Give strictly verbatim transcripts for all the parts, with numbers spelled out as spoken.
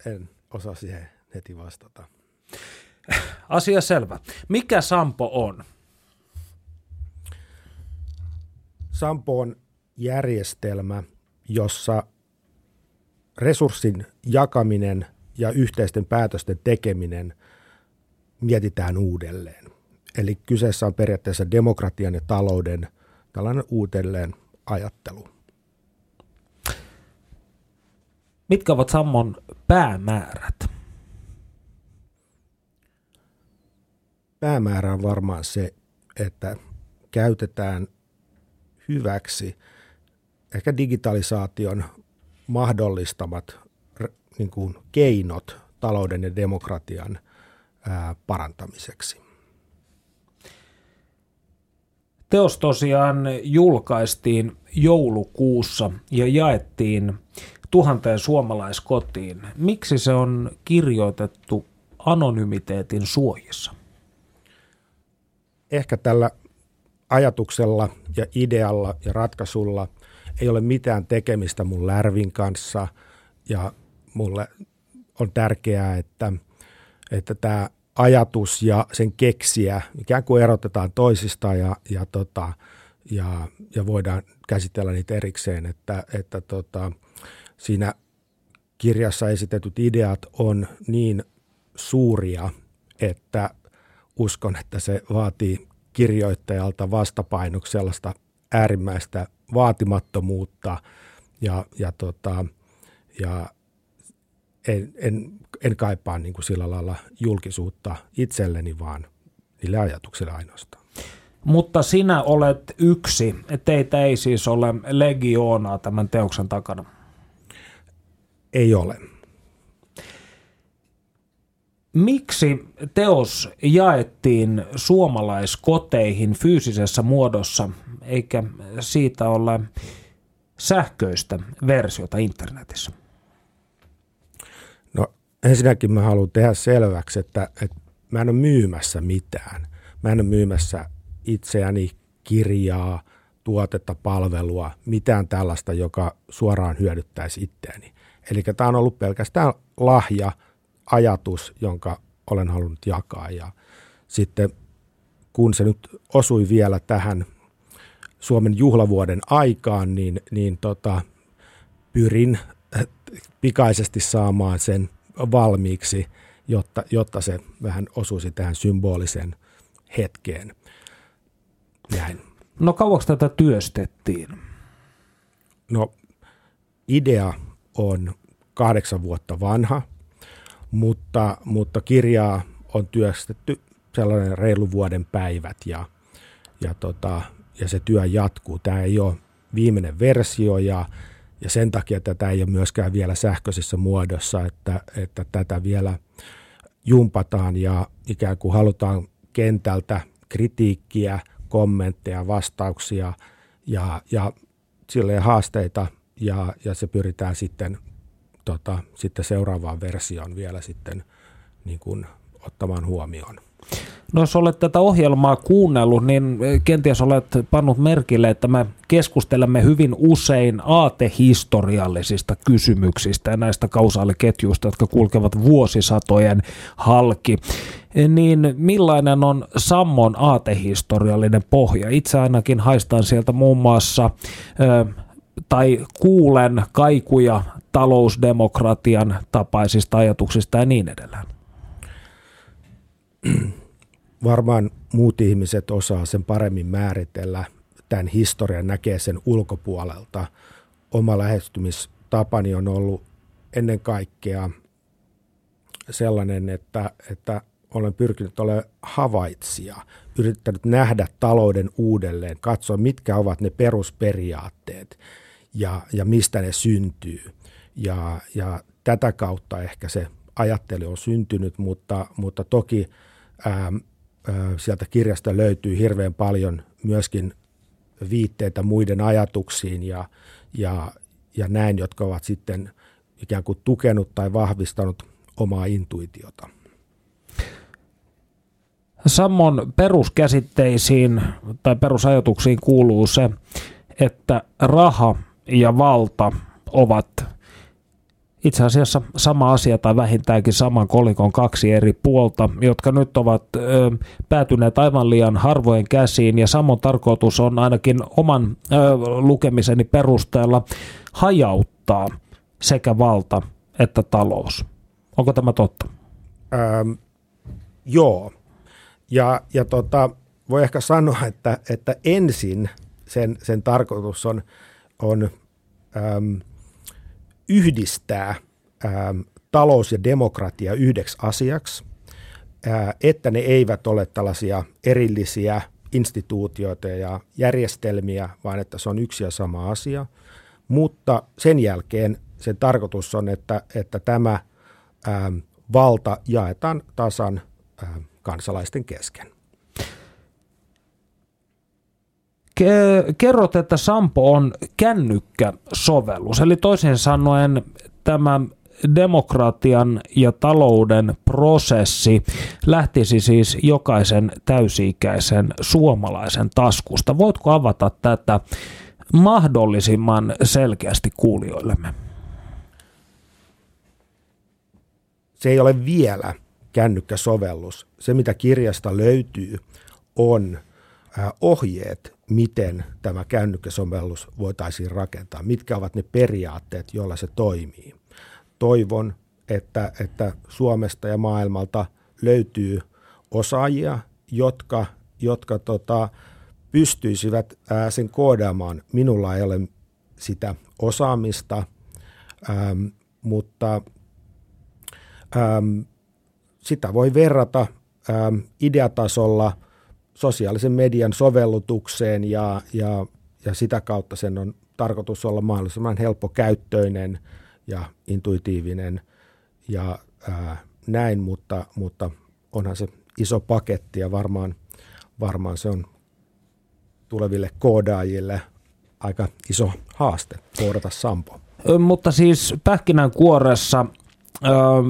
en osaa siihen heti vastata. Asia selvä. Mikä Sampo on? Sampo on järjestelmä, jossa resurssin jakaminen ja yhteisten päätösten tekeminen mietitään uudelleen. Eli kyseessä on periaatteessa demokratian ja talouden tällainen uudelleen ajattelu. Mitkä ovat Sammon päämäärät? Päämäärä on varmaan se, että käytetään hyväksi ehkä digitalisaation mahdollistamat niin kuin keinot talouden ja demokratian ää, parantamiseksi. Teos tosiaan julkaistiin joulukuussa ja jaettiin tuhanteen suomalaiskotiin. Miksi se on kirjoitettu anonymiteetin suojissa? Ehkä tällä ajatuksella ja idealla ja ratkaisulla ei ole mitään tekemistä mun lärvin kanssa, ja mulle on tärkeää, että, että tämä ajatus ja sen keksiä ikään kuin erotetaan toisistaan ja, ja, tota, ja, ja voidaan käsitellä niitä erikseen, että, että tota, siinä kirjassa esitetyt ideat on niin suuria, että uskon, että se vaatii kirjoittajalta vastapainoksi sellaista äärimmäistä vaatimattomuutta ja, ja, tota, ja en, en, en kaipaa niin kuin sillä lailla julkisuutta itselleni, vaan niille ajatuksille ainoastaan. Mutta sinä olet yksi. Teitä ei siis ole legioonaa tämän teoksen takana. Ei ole. Miksi teos jaettiin suomalaiskoteihin fyysisessä muodossa, eikä siitä ole sähköistä versiota internetissä? No ensinnäkin mä haluan tehdä selväksi, että, että mä en ole myymässä mitään. Mä en ole myymässä itseäni, kirjaa, tuotetta, palvelua, mitään tällaista, joka suoraan hyödyttäisi itseäni. Eli tämä on ollut pelkästään lahja, ajatus, jonka olen halunnut jakaa. Ja sitten kun se nyt osui vielä tähän Suomen juhlavuoden aikaan, niin, niin tota, pyrin pikaisesti saamaan sen valmiiksi, jotta, jotta se vähän osuisi tähän symboliseen hetkeen. Näin. No kauanko tätä työstettiin? No idea on kahdeksan vuotta vanha, mutta, mutta kirjaa on työstetty sellainen reilu vuoden päivät ja, ja, tota, ja se työ jatkuu. Tämä ei ole viimeinen versio ja, ja sen takia tätä ei ole myöskään vielä sähköisessä muodossa, että, että tätä vielä jumpataan ja ikään kuin halutaan kentältä kritiikkiä, kommentteja, vastauksia ja, ja silleen haasteita ja, ja se pyritään sitten, tota, sitten seuraavaan versioon vielä sitten niin kuin ottamaan huomioon. No jos olet tätä ohjelmaa kuunnellut, niin kenties olet pannut merkille, että me keskustelemme hyvin usein aatehistoriallisista kysymyksistä ja näistä kausaaliketjuista, jotka kulkevat vuosisatojen halki. Niin millainen on Sammon aatehistoriallinen pohja? Itse ainakin haistan sieltä muun muassa tai kuulen kaikuja talousdemokratian tapaisista ajatuksista ja niin edelleen. Varmaan muut ihmiset osaa sen paremmin määritellä. Tämän historian näkee sen ulkopuolelta. Oma lähestymistapani on ollut ennen kaikkea sellainen, että, että olen pyrkinyt olemaan havaitsija, yrittänyt nähdä talouden uudelleen, katsoa mitkä ovat ne perusperiaatteet ja, ja mistä ne syntyy. Ja, ja tätä kautta ehkä se ajattelu on syntynyt, mutta, mutta toki ää, ää, sieltä kirjasta löytyy hirveän paljon myöskin viitteitä muiden ajatuksiin ja, ja, ja näin, jotka ovat sitten ikään kuin tukenut tai vahvistanut omaa intuitiota. Sammon peruskäsitteisiin tai perusajatuksiin kuuluu se, että raha ja valta ovat itse asiassa sama asia tai vähintäänkin saman kolikon kaksi eri puolta, jotka nyt ovat ö, päätyneet aivan liian harvojen käsiin, ja samoin tarkoitus on ainakin oman ö, lukemiseni perusteella hajauttaa sekä valta että talous. Onko tämä totta? Ähm, joo. Ja, ja tota, voi ehkä sanoa, että, että ensin sen, sen tarkoitus on, on ähm, yhdistää ähm, talous ja demokratia yhdeksi asiaksi, äh, että ne eivät ole tällaisia erillisiä instituutioita ja järjestelmiä, vaan että se on yksi ja sama asia. Mutta sen jälkeen sen tarkoitus on, että, että tämä ähm, valta jaetaan tasan ähm, kansalaisten kesken. Kerrot, että Sampo on kännykkäsovellus, eli toisin sanoen tämä demokratian ja talouden prosessi lähtisi siis jokaisen täysi-ikäisen suomalaisen taskusta. Voitko avata tätä mahdollisimman selkeästi kuulijoillemme? Se ei ole vielä kännykkäsovellus. Se, mitä kirjasta löytyy, on ohjeet, miten tämä kännykkäsovellus voitaisiin rakentaa, mitkä ovat ne periaatteet, joilla se toimii. Toivon, että, että Suomesta ja maailmalta löytyy osaajia, jotka, jotka tota, pystyisivät ää, sen koodaamaan. Minulla ei ole sitä osaamista, ähm, mutta ähm, sitä voi verrata ähm, ideatasolla sosiaalisen median sovellutukseen ja, ja, ja sitä kautta sen on tarkoitus olla mahdollisimman helppokäyttöinen ja intuitiivinen ja ää, näin, mutta, mutta onhan se iso paketti ja varmaan, varmaan se on tuleville koodaajille aika iso haaste koodata Sampo. Ö, mutta siis pähkinänkuoressa ö,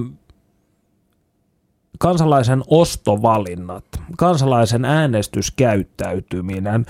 kansalaisen ostovalinnat, kansalaisen äänestyskäyttäytyminen,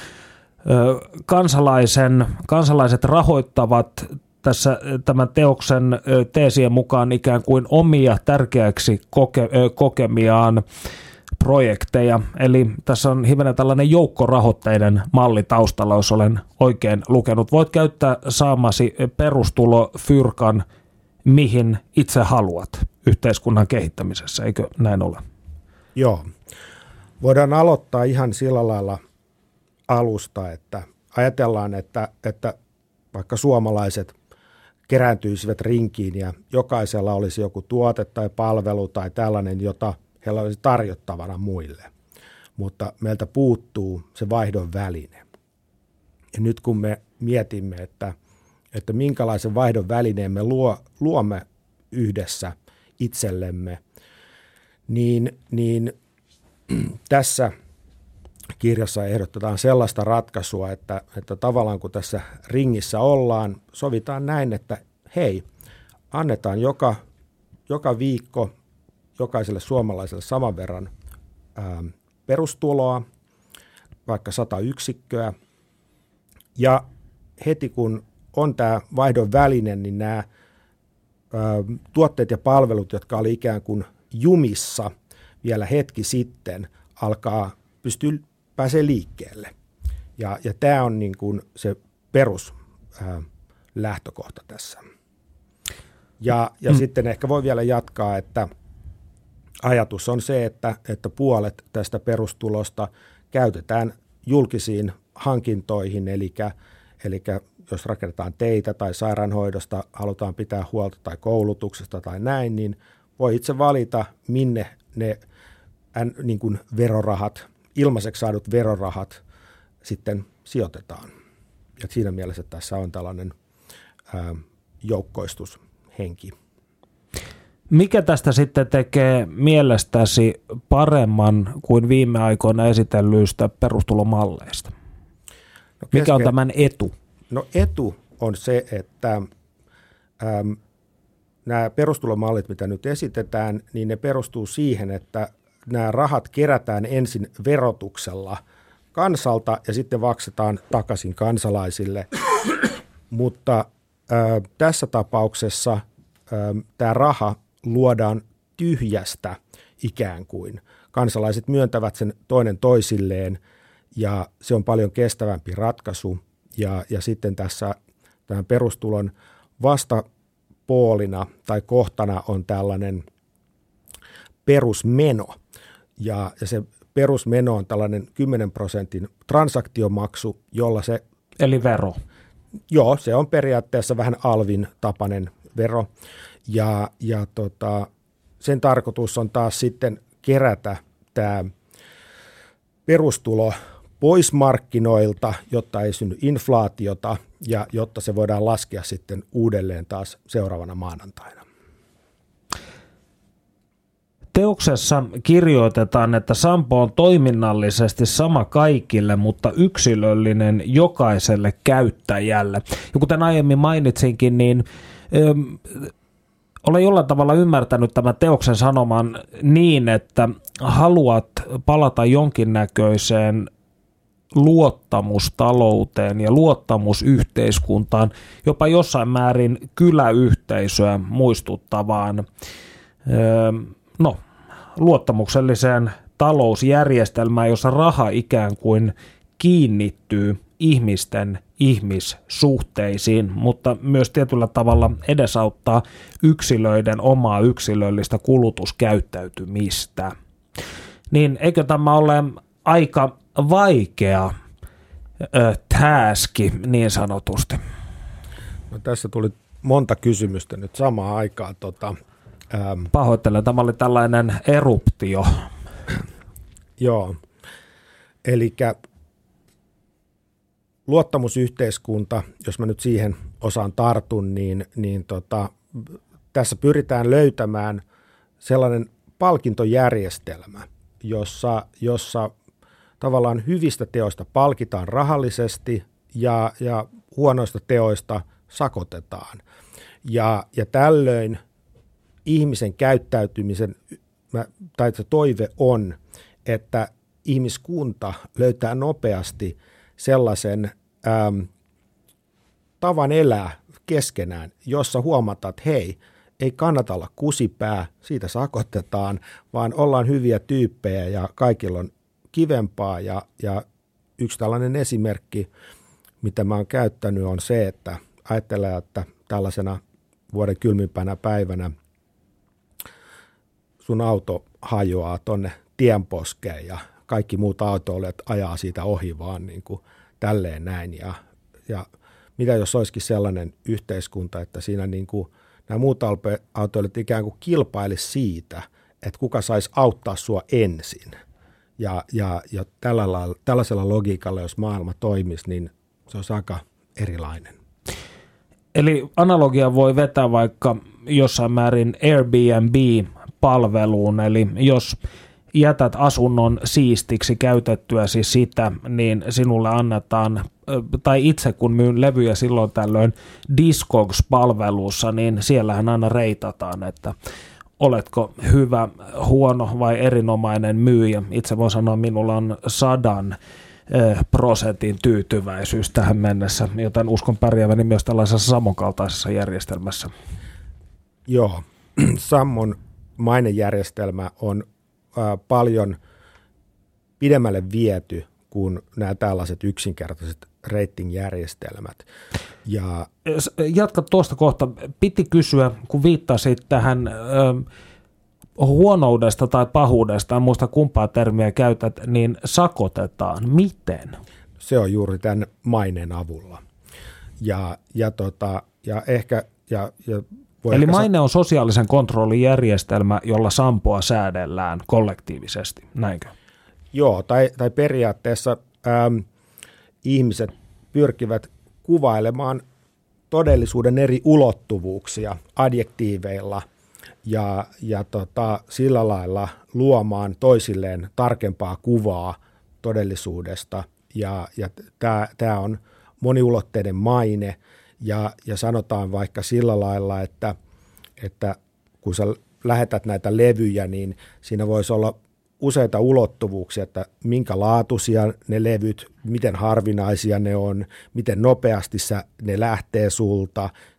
kansalaisen, kansalaiset rahoittavat tässä tämän teoksen teesien mukaan ikään kuin omia tärkeäksi koke, kokemiaan projekteja. Eli tässä on hivenen tällainen joukkorahoitteinen malli taustalla, jos olen oikein lukenut. Voit käyttää saamasi perustulofyrkan mihin itse haluat yhteiskunnan kehittämisessä, eikö näin ole? Joo. Voidaan aloittaa ihan sillä lailla alusta, että ajatellaan, että, että vaikka suomalaiset kerääntyisivät rinkiin ja jokaisella olisi joku tuote tai palvelu tai tällainen, jota heillä olisi tarjottavana muille. Mutta meiltä puuttuu se vaihdon väline. Ja nyt kun me mietimme, että, että minkälaisen vaihdon välineen me luo, luomme yhdessä itsellemme, niin, niin tässä kirjassa ehdotetaan sellaista ratkaisua, että, että tavallaan kun tässä ringissä ollaan, sovitaan näin, että hei, annetaan joka, joka viikko jokaiselle suomalaiselle saman verran ää, perustuloa, vaikka sata yksikköä, ja heti kun on tämä vaihdon väline, niin nämä ää, tuotteet ja palvelut, jotka oli ikään kuin jumissa vielä hetki sitten, alkaa pystyä pääsee liikkeelle. Ja, ja tämä on niin kuin se perus ää, lähtökohta tässä. Ja, ja mm. sitten ehkä voi vielä jatkaa, että ajatus on se, että, että puolet tästä perustulosta käytetään julkisiin hankintoihin, eli, eli jos rakennetaan teitä tai sairaanhoidosta, halutaan pitää huolta tai koulutuksesta tai näin, niin voi itse valita, minne ne niin kuin verorahat, ilmaiseksi saadut verorahat sitten sijoitetaan. Ja siinä mielessä tässä on tällainen ää, joukkoistushenki. Mikä tästä sitten tekee mielestäsi paremman kuin viime aikoina esitellyistä perustulomalleista? No Mikä keske- on tämän etu? No etu on se, että äm, nämä perustulomallit, mitä nyt esitetään, niin ne perustuu siihen, että nämä rahat kerätään ensin verotuksella kansalta ja sitten maksetaan takaisin kansalaisille, mutta ää, tässä tapauksessa tämä raha luodaan tyhjästä ikään kuin. Kansalaiset myöntävät sen toinen toisilleen ja se on paljon kestävämpi ratkaisu. Ja, ja sitten tässä tämän perustulon vastapuolina tai kohtana on tällainen perusmeno. Ja, ja se perusmeno on tällainen kymmenen prosentin transaktiomaksu, jolla se... Eli vero. Joo, se on periaatteessa vähän alvin tapainen vero. Ja, ja tota, sen tarkoitus on taas sitten kerätä tämä perustulo pois markkinoilta, jotta ei synny inflaatiota ja jotta se voidaan laskea sitten uudelleen taas seuraavana maanantaina. Teoksessa kirjoitetaan, että sampo on toiminnallisesti sama kaikille, mutta yksilöllinen jokaiselle käyttäjälle. Ja kuten aiemmin mainitsinkin, niin ö, olen jollain tavalla ymmärtänyt tämän teoksen sanoman niin, että haluat palata jonkinnäköiseen luottamustalouteen ja luottamusyhteiskuntaan, jopa jossain määrin kyläyhteisöä muistuttavaan öö, no, luottamukselliseen talousjärjestelmään, jossa raha ikään kuin kiinnittyy ihmisten ihmissuhteisiin, mutta myös tietyllä tavalla edesauttaa yksilöiden omaa yksilöllistä kulutuskäyttäytymistä. Niin eikö tämä ole aika vaikea ö, taski niin sanotusti? No, tässä tuli monta kysymystä nyt samaan aikaan. Tota, ähm. Pahoittelen, tämä oli tällainen eruptio. Joo, eli luottamusyhteiskunta, jos mä nyt siihen osaan tartun, niin, niin tota, tässä pyritään löytämään sellainen palkintojärjestelmä, jossa, jossa tavallaan hyvistä teoista palkitaan rahallisesti ja, ja huonoista teoista sakotetaan. Ja, ja tällöin ihmisen käyttäytymisen, tai se toive on, että ihmiskunta löytää nopeasti sellaisen äm, tavan elää keskenään, jossa huomataan, että hei, ei kannata olla kusipää, siitä sakotetaan, vaan ollaan hyviä tyyppejä ja kaikilla on kivempaa. Ja, ja yksi tällainen esimerkki, mitä mä oon käyttänyt, on se, että ajattelee, että tällaisena vuoden kylmimpänä päivänä sun auto hajoaa tonne tienposkeen ja kaikki muut autoilijat ajaa siitä ohi vaan niin kuin tälleen näin. Ja, ja mitä jos olisikin sellainen yhteiskunta, että siinä niin kuin nämä muut autoilijat ikään kuin kilpailisi siitä, että kuka saisi auttaa sua ensin. Ja, ja, ja tällä, tällaisella logiikalla, jos maailma toimisi, niin se olisi aika erilainen. Eli analogia voi vetää vaikka jossain määrin Airbnb-palveluun, eli jos jätät asunnon siistiksi käytettyäsi sitä, niin sinulle annetaan, tai itse kun myyn levyjä silloin tällöin Discogs-palvelussa, niin siellähän aina reitataan, että oletko hyvä, huono vai erinomainen myyjä. Itse voin sanoa, että minulla on sadan prosentin tyytyväisyys tähän mennessä, joten uskon pärjääväni myös tällaisessa samankaltaisessa järjestelmässä. Joo, Sammon mainejärjestelmä on ä, paljon pidemmälle viety kuin nämä tällaiset yksinkertaiset rating-järjestelmät. Ja jatka tuosta kohta. Piti kysyä, kun viittasit tähän ö, huonoudesta tai pahuudesta, en muista kumpaa termiä käytät, niin sakotetaan. Miten? Se on juuri tämän maineen avulla. Ja, ja, tota, ja ehkä... Ja, ja Eli ehkä maine on sosiaalisen kontrollin järjestelmä, jolla sampoa säädellään kollektiivisesti, näinkö? Joo, tai, tai periaatteessa ähm, ihmiset pyrkivät kuvailemaan todellisuuden eri ulottuvuuksia adjektiiveilla ja, ja tota, sillä lailla luomaan toisilleen tarkempaa kuvaa todellisuudesta. Ja, ja tämä on moniulotteinen maine ja, ja sanotaan vaikka sillä lailla, että, että kun sä lähetät näitä levyjä, niin siinä voisi olla useita ulottuvuuksia, että minkä laatuisia ne levyt, miten harvinaisia ne on, miten nopeasti sä, ne lähtee sulta,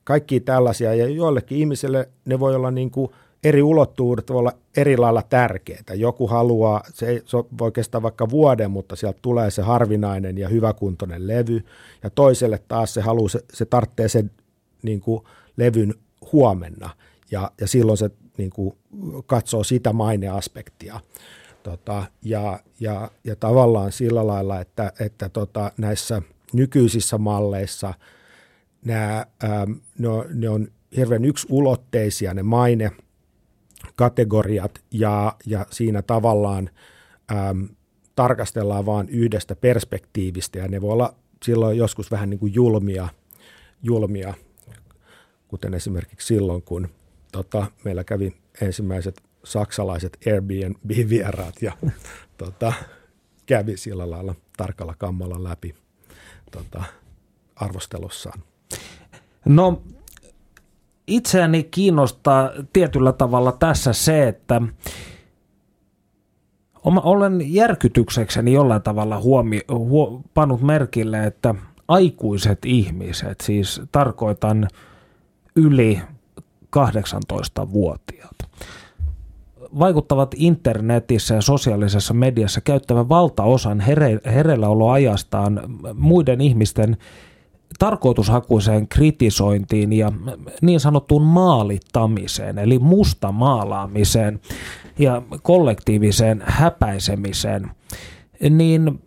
kaikki tällaisia, ja joillekin ihmisille ne voi olla niin kuin eri ulottuvuudet, voi olla eri lailla tärkeitä. Joku haluaa, se, ei, se voi kestää vaikka vuoden, mutta sieltä tulee se harvinainen ja hyväkuntoinen levy, ja toiselle taas se haluaa, se, se tarvitsee sen niin kuin levyn huomenna, ja, ja silloin se niin kuin katsoo sitä maineaspektia. Tota, ja, ja, ja tavallaan sillä lailla, että, että tota, näissä nykyisissä malleissa nämä, ähm, ne, on, ne on hirveän yksiulotteisia ne mainekategoriat, ja, ja siinä tavallaan ähm, tarkastellaan vain yhdestä perspektiivistä, ja ne voi olla silloin joskus vähän niin kuin julmia, julmia kuten esimerkiksi silloin, kun tota, meillä kävi ensimmäiset saksalaiset Airbnb-vieraat ja tota, kävi sillä lailla tarkalla kammalla läpi tota, arvostelussaan. No itseäni kiinnostaa tietyllä tavalla tässä se, että olen järkytyksekseni jollain tavalla huomi, huo, pannut merkille, että aikuiset ihmiset, siis tarkoitan yli kahdeksantoistavuotiaat, vaikuttavat internetissä ja sosiaalisessa mediassa käyttävän valtaosan here, hereilläoloajastaan muiden ihmisten tarkoitushakuiseen kritisointiin ja niin sanottuun maalittamiseen, eli mustamaalaamiseen ja kollektiiviseen häpäisemiseen, niin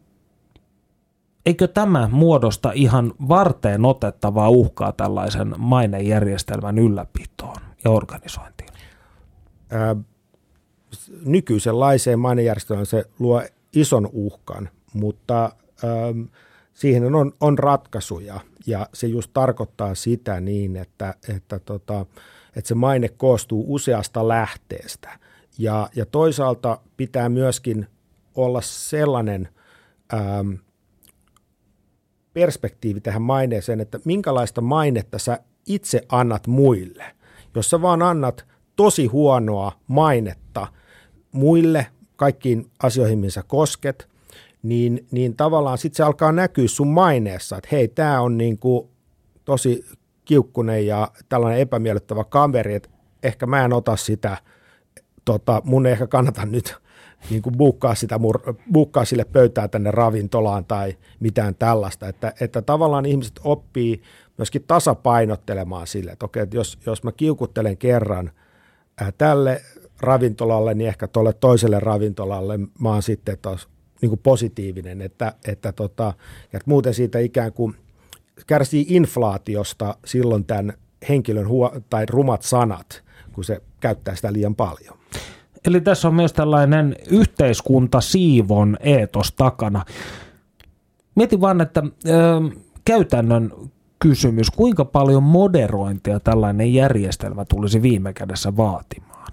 eikö tämä muodosta ihan varteen otettavaa uhkaa tällaisen mainejärjestelmän ylläpitoon ja organisointiin? Ää, nykyisenlaiseen mainejärjestelmään se luo ison uhkan, mutta ää, siihen on, on ratkaisuja, ja se just tarkoittaa sitä niin, että, että, tota, että se maine koostuu useasta lähteestä, ja, ja toisaalta pitää myöskin olla sellainen ää, perspektiivi tähän maineeseen, että minkälaista mainetta sä itse annat muille. Jos sä vaan annat tosi huonoa mainetta muille kaikkiin asioihin, mihin sä kosket, niin, niin tavallaan sitten se alkaa näkyä sun maineessa, että hei, tää on niinku tosi kiukkunen ja tällainen epämiellyttävä kaveri, että ehkä mä en ota sitä, tota, mun ei ehkä kannata nyt niin kuin buukkaa, sitä, buukkaa sille pöytää tänne ravintolaan tai mitään tällaista, että, että tavallaan ihmiset oppii myöskin tasapainottelemaan sille, että okei, että jos, jos mä kiukuttelen kerran ää, tälle ravintolalle, niin ehkä tuolle toiselle ravintolalle mä oon sitten taas niin kuin positiivinen, että, että, tota, että muuten siitä ikään kuin kärsii inflaatiosta silloin tämän henkilön huo, tai rumat sanat, kun se käyttää sitä liian paljon. Eli tässä on myös tällainen yhteiskuntasiivon eetos takana. Mietin vaan, että ö, käytännön kysymys, kuinka paljon moderointia tällainen järjestelmä tulisi viime kädessä vaatimaan?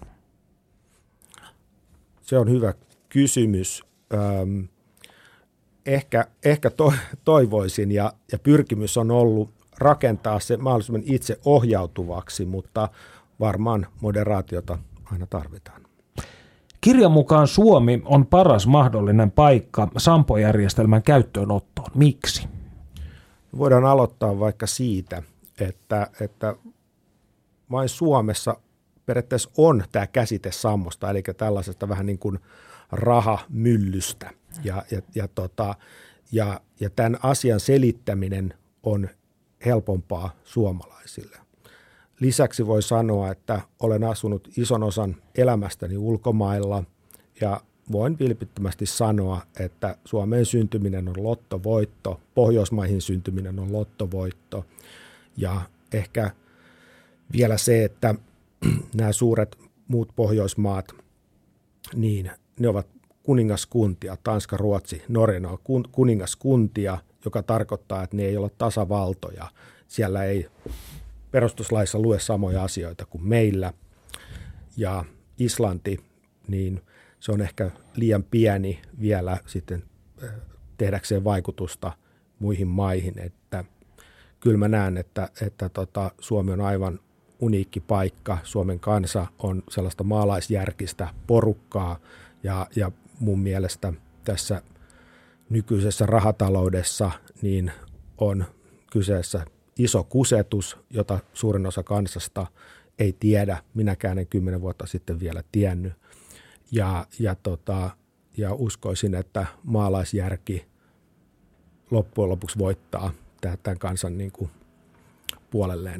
Se on hyvä kysymys. Öm, ehkä ehkä to, toivoisin ja, ja pyrkimys on ollut rakentaa se mahdollisimman itse ohjautuvaksi, mutta varmaan moderaatiota aina tarvitaan. Kirjan mukaan Suomi on paras mahdollinen paikka Sampo-järjestelmän käyttöönottoon. Miksi? Voidaan aloittaa vaikka siitä, että, että vain Suomessa periaatteessa on tämä käsite sammosta, eli tällaisesta vähän niin kuin rahamyllystä. Ja, ja, ja, tota, ja, ja tämän asian selittäminen on helpompaa suomalaisille. Lisäksi voi sanoa, että olen asunut ison osan elämästäni ulkomailla ja voin vilpittömästi sanoa, että Suomeen syntyminen on lottovoitto, Pohjoismaihin syntyminen on lottovoitto ja ehkä vielä se, että nämä suuret muut Pohjoismaat, niin ne ovat kuningaskuntia, Tanska, Ruotsi, Norja on kuningaskuntia, joka tarkoittaa, että ne ei ole tasavaltoja, siellä ei perustuslaissa lue samoja asioita kuin meillä, ja Islanti, niin se on ehkä liian pieni vielä sitten tehdäkseen vaikutusta muihin maihin, että kyllä mä näen, että, että tota, Suomi on aivan uniikki paikka, Suomen kansa on sellaista maalaisjärkistä porukkaa, ja, ja mun mielestä tässä nykyisessä rahataloudessa niin on kyseessä iso kusetus, jota suurin osa kansasta ei tiedä. Minäkään en kymmenen vuotta sitten vielä tiennyt. Ja, ja, tota, ja uskoisin, että maalaisjärki loppujen lopuksi voittaa tämän kansan niin kuin puolelleen.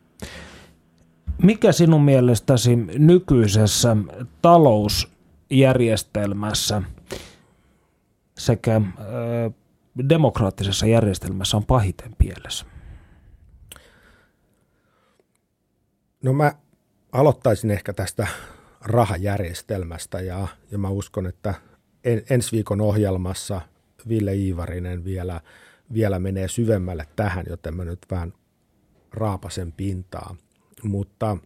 Mikä sinun mielestäsi nykyisessä talousjärjestelmässä sekä ö, demokraattisessa järjestelmässä on pahiten pielessä? No mä aloittaisin ehkä tästä rahajärjestelmästä ja, ja mä uskon, että en, ensi viikon ohjelmassa Ville Iivarinen vielä, vielä menee syvemmälle tähän, joten mä nyt vähän raapasen pintaa. Mutta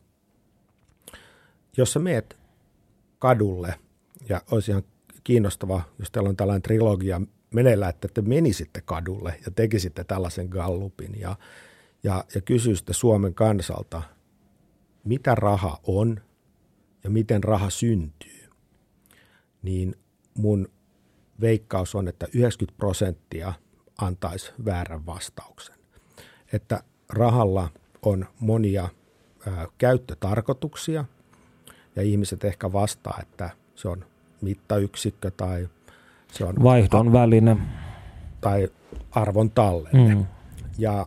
jos sä meet kadulle, ja olisi ihan kiinnostava, jos teillä on tällainen trilogia meneillään, että te menisitte kadulle ja tekisitte tällaisen gallupin ja, ja, ja kysyisitte Suomen kansalta, mitä raha on ja miten raha syntyy, niin mun veikkaus on, että yhdeksänkymmentä prosenttia antaisi väärän vastauksen. Että rahalla on monia ää, käyttötarkoituksia ja ihmiset ehkä vastaa, että se on mittayksikkö tai se on vaihdon väline tai arvon tallenne. Mm. Ja,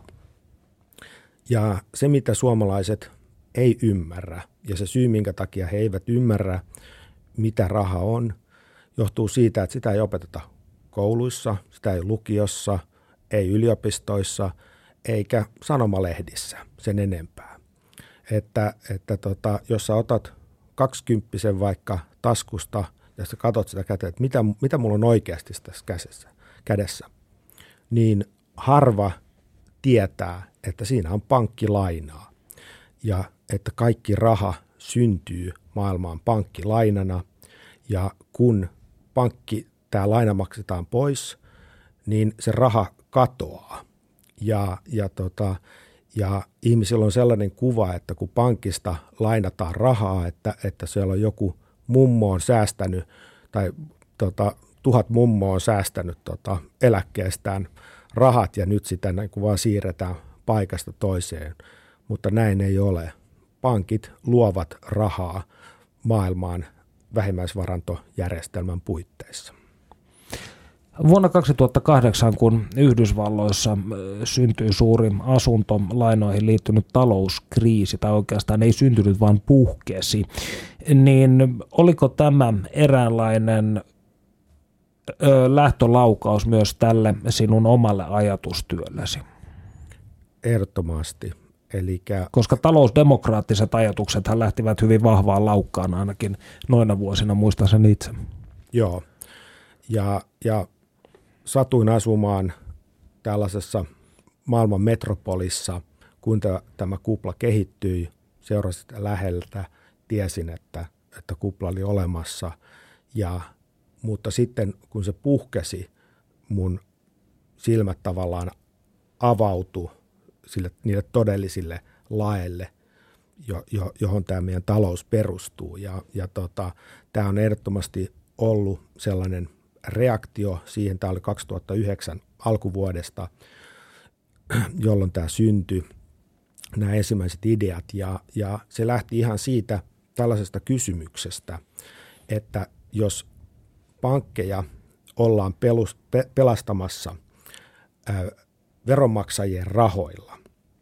ja se, mitä suomalaiset ei ymmärrä ja se syy, minkä takia he eivät ymmärrä, mitä raha on, johtuu siitä, että sitä ei opeteta kouluissa, sitä ei lukiossa, ei yliopistoissa eikä sanomalehdissä sen enempää. Että, että tota, jos sä otat kaksikymppisen vaikka taskusta ja sä katot sitä käteen, että mitä, mitä mulla on oikeasti tässä kädessä, kädessä, niin harva tietää, että siinä on pankkilainaa ja että kaikki raha syntyy maailmaan pankkilainana ja kun pankki, tämä laina maksetaan pois, niin se raha katoaa. Ja, ja, tota, ja ihmisillä on sellainen kuva, että kun pankista lainataan rahaa, että, että siellä on joku mummo on säästänyt tai tota, tuhat mummoa on säästänyt tota, eläkkeestään rahat ja nyt sitä niin kuin vaan siirretään paikasta toiseen. Mutta näin ei ole. Pankit luovat rahaa maailmaan vähimmäisvarantojärjestelmän puitteissa. Vuonna kaksituhattakahdeksan, kun Yhdysvalloissa syntyi suuri asuntolainoihin liittynyt talouskriisi, tai oikeastaan ei syntynyt, vaan puhkesi, niin oliko tämä eräänlainen ö, lähtölaukaus myös tälle sinun omalle ajatustyöllesi? Ehdottomasti. Elikkä, koska talousdemokraattiset ajatuksethan lähtivät hyvin vahvaan laukkaan ainakin noina vuosina, muistan sen itse. Joo, ja, ja satuin asumaan tällaisessa maailman metropolissa, kun tämä kupla kehittyi, seurasin sitä läheltä, tiesin, että, että kupla oli olemassa, ja, mutta sitten kun se puhkesi, mun silmät tavallaan avautui sille, niille todellisille laeille, jo, jo, johon tämä meidän talous perustuu. Ja, ja tota, tämä on ehdottomasti ollut sellainen reaktio siihen, tämä oli kaksituhattayhdeksän alkuvuodesta, jolloin tämä syntyi, nämä ensimmäiset ideat. Ja, ja se lähti ihan siitä tällaisesta kysymyksestä, että jos pankkeja ollaan pelus, pe, pelastamassa ää, veronmaksajien rahoilla,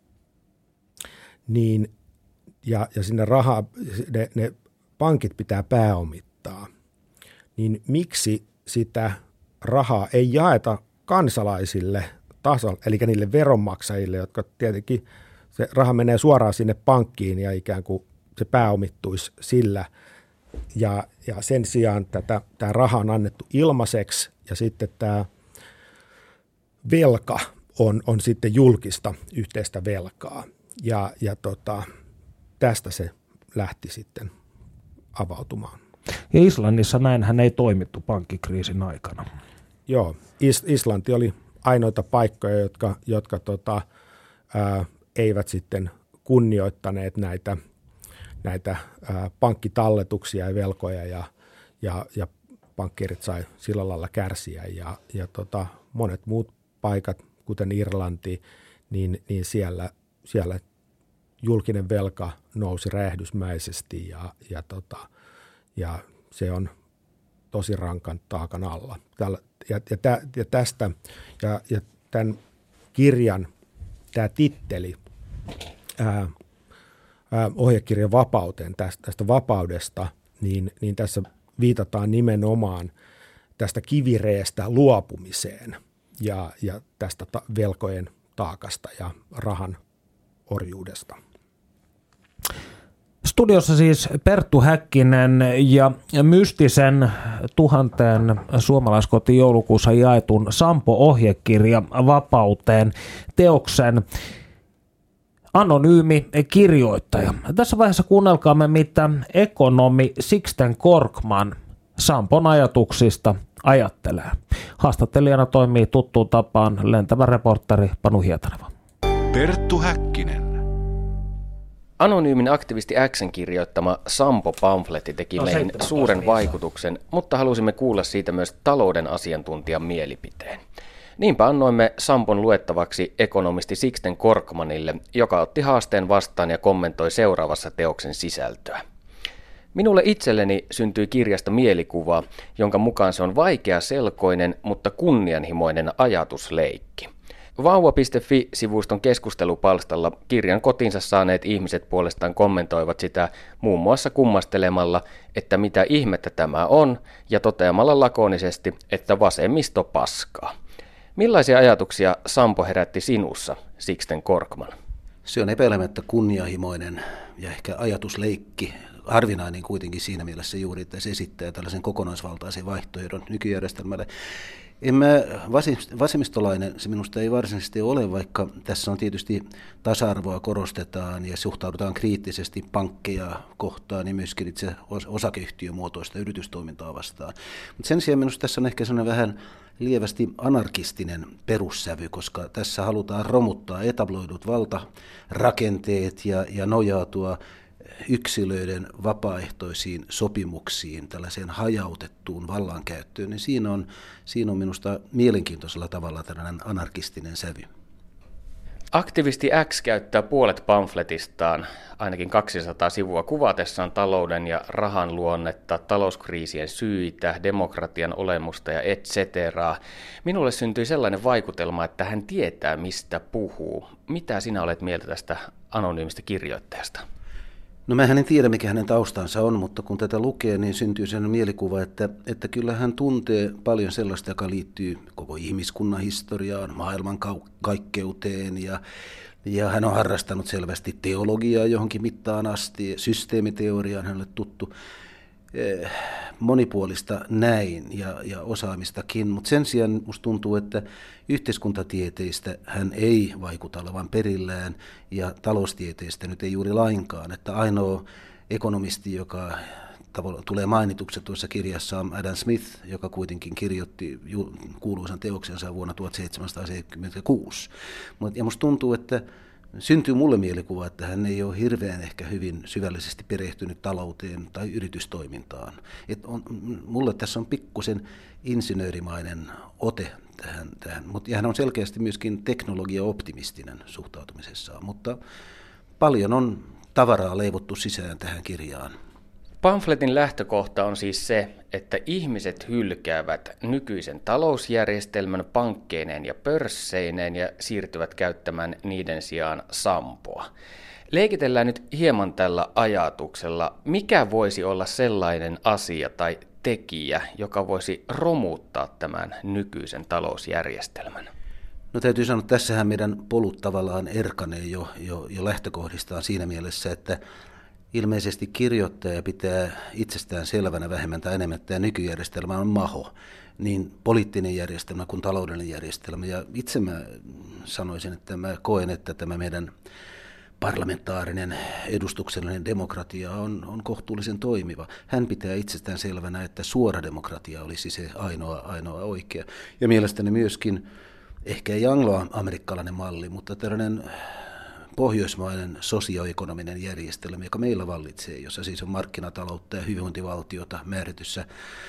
niin, ja, ja sinne rahaa, ne, ne pankit pitää pääomittaa, niin miksi sitä rahaa ei jaeta kansalaisille tasolla, eli niille veronmaksajille, jotka tietenkin se raha menee suoraan sinne pankkiin ja ikään kuin se pääomittuisi sillä, ja, ja sen sijaan tätä, tämä raha on annettu ilmaiseksi ja sitten tämä velka on, on sitten julkista yhteistä velkaa. Ja, ja tota, tästä se lähti sitten avautumaan. Ja Islannissa näinhän ei toimittu pankkikriisin aikana. Joo, Is- Islanti oli ainoita paikkoja, jotka, jotka tota, ää, eivät sitten kunnioittaneet näitä, näitä ää, pankkitalletuksia ja velkoja ja, ja, ja pankkiirit sai sillä lailla kärsiä. Ja, ja tota, monet muut paikat, kuten Irlanti, niin, niin siellä, siellä julkinen velka nousi räjähdysmäisesti ja, ja, tota, ja se on tosi rankan taakan alla. Tällä, ja, ja, tä, ja tästä ja, ja tämän kirjan tämä titteli ää, ää, ohjekirjan vapauteen, tästä, tästä vapaudesta, niin, niin tässä viitataan nimenomaan tästä kivireestä luopumiseen ja, ja tästä ta- velkojen taakasta ja rahan orjuudesta. Studiossa siis Perttu Häkkinen ja mystisen tuhanteen suomalaiskotiin joulukuussa jaetun Sampo-ohjekirja vapauteen teoksen anonyymi kirjoittaja. Tässä vaiheessa kuunnelkaamme, mitä ekonomi Sixten Korkman Sampon ajatuksista ajattelee. Haastattelijana toimii tuttuun tapaan lentävä reporteri Panu Hietaneva. Perttu Häkkinen. Anonyymin aktivisti X:n kirjoittama Sampo-pamfletti teki no, meihin suuren vaikutuksen, mutta halusimme kuulla siitä myös talouden asiantuntijan mielipiteen. Niinpä annoimme Sampon luettavaksi ekonomisti Sixten Korkmanille, joka otti haasteen vastaan ja kommentoi seuraavassa teoksen sisältöä. Minulle itselleni syntyi kirjasta mielikuva, jonka mukaan se on vaikeaselkoinen, mutta kunnianhimoinen ajatusleikki. Vauva piste fi-sivuston keskustelupalstalla kirjan kotinsa saaneet ihmiset puolestaan kommentoivat sitä muun muassa kummastelemalla, että mitä ihmettä tämä on, ja toteamalla lakonisesti, että vasemmisto paskaa. Millaisia ajatuksia Sampo herätti sinussa, Sixten Korkman? Se on epäilemättä kunnianhimoinen ja ehkä ajatusleikki, harvinainen kuitenkin siinä mielessä juuri, että se esittää tällaisen kokonaisvaltaisen vaihtoehdon nykyjärjestelmälle. En mä vasemmistolainen, se minusta ei varsinaisesti ole, vaikka tässä on tietysti tasa-arvoa korostetaan ja suhtaudutaan kriittisesti pankkeja kohtaan ja myöskin itse osakeyhtiömuotoista yritystoimintaa vastaan. Mutta sen sijaan minusta tässä on ehkä sellainen vähän lievästi anarkistinen perussävy, koska tässä halutaan romuttaa etabloidut valtarakenteet ja, ja nojautua yksilöiden vapaaehtoisiin sopimuksiin, tällaiseen hajautettuun vallankäyttöön, niin siinä on, siinä on minusta mielenkiintoisella tavalla tällainen anarkistinen sävy. Aktivisti X käyttää puolet pamfletistaan, ainakin kaksisataa sivua, kuvatessaan talouden ja rahan luonnetta, talouskriisien syitä, demokratian olemusta ja et cetera. Minulle syntyi sellainen vaikutelma, että hän tietää, mistä puhuu. Mitä sinä olet mieltä tästä anonyymistä kirjoittajasta? No mähän en tiedä, mikä hänen taustansa on, mutta kun tätä lukee, niin syntyy sellainen mielikuva, että, että kyllä hän tuntee paljon sellaista, joka liittyy koko ihmiskunnan historiaan, maailman kaikkeuteen ja, ja hän on harrastanut selvästi teologiaa johonkin mittaan asti, systeemiteoria on hänelle tuttu, monipuolista näin ja, ja osaamistakin, mutta sen sijaan musta tuntuu, että yhteiskuntatieteistä hän ei vaikuta olevan perillään ja taloustieteistä nyt ei juuri lainkaan, että ainoa ekonomisti, joka tulee mainituksi tuossa kirjassa on Adam Smith, joka kuitenkin kirjoitti kuuluisan teoksensa vuonna tuhatseitsemänsataaseitsemänkymmentäkuusi. Ja musta tuntuu, että syntyy mulle mielikuva, että hän ei ole hirveän ehkä hyvin syvällisesti perehtynyt talouteen tai yritystoimintaan. Et on, mulle tässä on pikkusen insinöörimainen ote tähän, tähän. Mut, ja hän on selkeästi myöskin teknologia-optimistinen suhtautumisessaan, mutta paljon on tavaraa leivottu sisään tähän kirjaan. Pamfletin lähtökohta on siis se, että ihmiset hylkäävät nykyisen talousjärjestelmän pankkeineen ja pörsseineen ja siirtyvät käyttämään niiden sijaan Sampoa. Leikitellään nyt hieman tällä ajatuksella, mikä voisi olla sellainen asia tai tekijä, joka voisi romuttaa tämän nykyisen talousjärjestelmän? No täytyy sanoa, että tässähän meidän polut tavallaan erkanee jo, jo, jo lähtökohdistaan siinä mielessä, että ilmeisesti kirjoittaja pitää itsestään selvänä vähemmän tai enemmän, että tämä nykyjärjestelmä on maho, niin poliittinen järjestelmä kuin taloudellinen järjestelmä. Ja itse mä sanoisin, että mä koen, että tämä meidän parlamentaarinen edustuksellinen demokratia on, on kohtuullisen toimiva. Hän pitää itsestään selvänä, että suora demokratia olisi se ainoa, ainoa oikea. Ja mielestäni myöskin, ehkä ei angloamerikkalainen malli, mutta tällainen pohjoismainen sosioekonominen järjestelmä, joka meillä vallitsee, jossa siis on markkinataloutta ja hyvinvointivaltiota määrityssä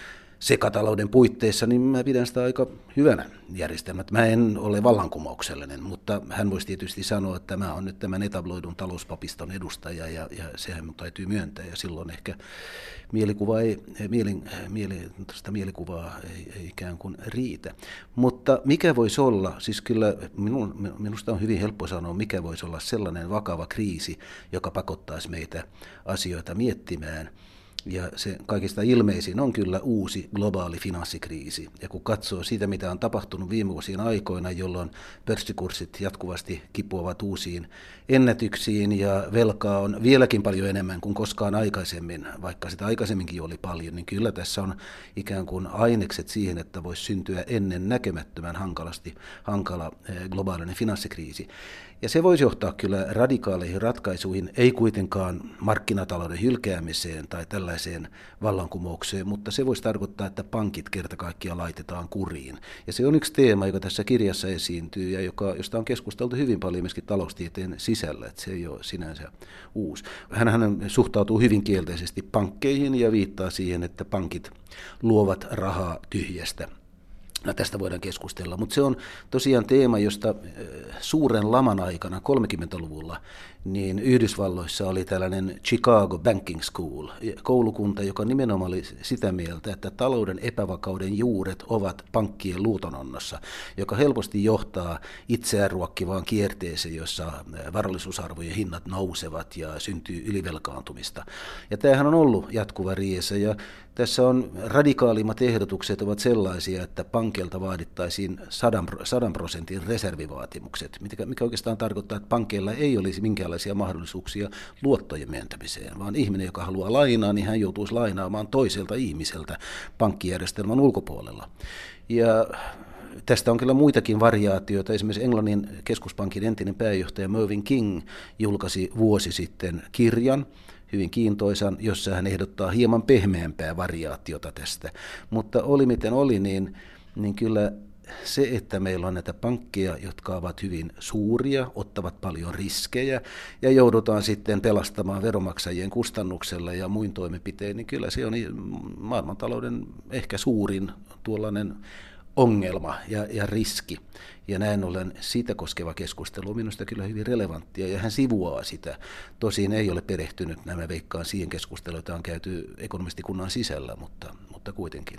sekatalouden puitteissa, niin mä pidän sitä aika hyvänä järjestelmänä. Mä en ole vallankumouksellinen, mutta hän voisi tietysti sanoa, että mä oon nyt tämän etabloidun talouspapiston edustaja ja, ja sehän mun täytyy myöntää ja silloin ehkä mielikuva ei, mielen, miele, sitä mielikuvaa ei, ei ikään kuin riitä. Mutta mikä voisi olla, siis kyllä minun, minusta on hyvin helppo sanoa, mikä voisi olla sellainen vakava kriisi, joka pakottaisi meitä asioita miettimään. Ja se kaikista ilmeisin on kyllä uusi globaali finanssikriisi. Ja kun katsoo sitä, mitä on tapahtunut viime vuosien aikoina, jolloin pörssikurssit jatkuvasti kipuavat uusiin ennätyksiin ja velkaa on vieläkin paljon enemmän kuin koskaan aikaisemmin, vaikka sitä aikaisemminkin jo oli paljon, niin kyllä tässä on ikään kuin ainekset siihen, että voisi syntyä ennen näkemättömän hankalasti hankala globaalinen finanssikriisi. Ja se voisi johtaa kyllä radikaaleihin ratkaisuihin, ei kuitenkaan markkinatalouden hylkäämiseen tai tällaiseen vallankumoukseen, mutta se voisi tarkoittaa, että pankit kerta kaikkiaan laitetaan kuriin. Ja se on yksi teema, joka tässä kirjassa esiintyy ja joka, josta on keskusteltu hyvin paljon myöskin taloustieteen sisällä, että se ei ole sinänsä uusi. Hänhän suhtautuu hyvin kielteisesti pankkeihin ja viittaa siihen, että pankit luovat rahaa tyhjästä. No, tästä voidaan keskustella, mutta se on tosiaan teema, josta suuren laman aikana kolmekymmentäluvulla niin Yhdysvalloissa oli tällainen Chicago Banking School, koulukunta, joka nimenomaan oli sitä mieltä, että talouden epävakauden juuret ovat pankkien luutononnossa, joka helposti johtaa itseään ruokkivaan kierteeseen, jossa varallisuusarvojen hinnat nousevat ja syntyy ylivelkaantumista. Ja tämähän on ollut jatkuva riesa ja tässä on radikaalimmat ehdotukset ovat sellaisia, että pankilta vaadittaisiin sadan prosentin reservivaatimukset, mikä, mikä oikeastaan tarkoittaa, että pankeilla ei olisi minkäänlaisia mahdollisuuksia luottojen myöntämiseen, vaan ihminen, joka haluaa lainaa, niin hän joutuisi lainaamaan toiselta ihmiseltä pankkijärjestelmän ulkopuolella. Ja tästä on kyllä muitakin variaatioita. Esimerkiksi Englannin keskuspankin entinen pääjohtaja Mervyn King julkaisi vuosi sitten kirjan, hyvin kiintoisan, jossa hän ehdottaa hieman pehmeämpää variaatiota tästä. Mutta oli miten oli, niin, niin kyllä se, että meillä on näitä pankkeja, jotka ovat hyvin suuria, ottavat paljon riskejä ja joudutaan sitten pelastamaan veronmaksajien kustannuksella ja muin toimenpitein, niin kyllä se on maailmantalouden ehkä suurin tuollainen ongelma ja, ja riski. Ja näin ollen siitä koskeva keskustelu on minusta kyllä hyvin relevanttia, ja hän sivuaa sitä. Tosin ei ole perehtynyt nämä veikkaan siihen keskusteluun, jota on käyty ekonomistikunnan sisällä, mutta, mutta kuitenkin.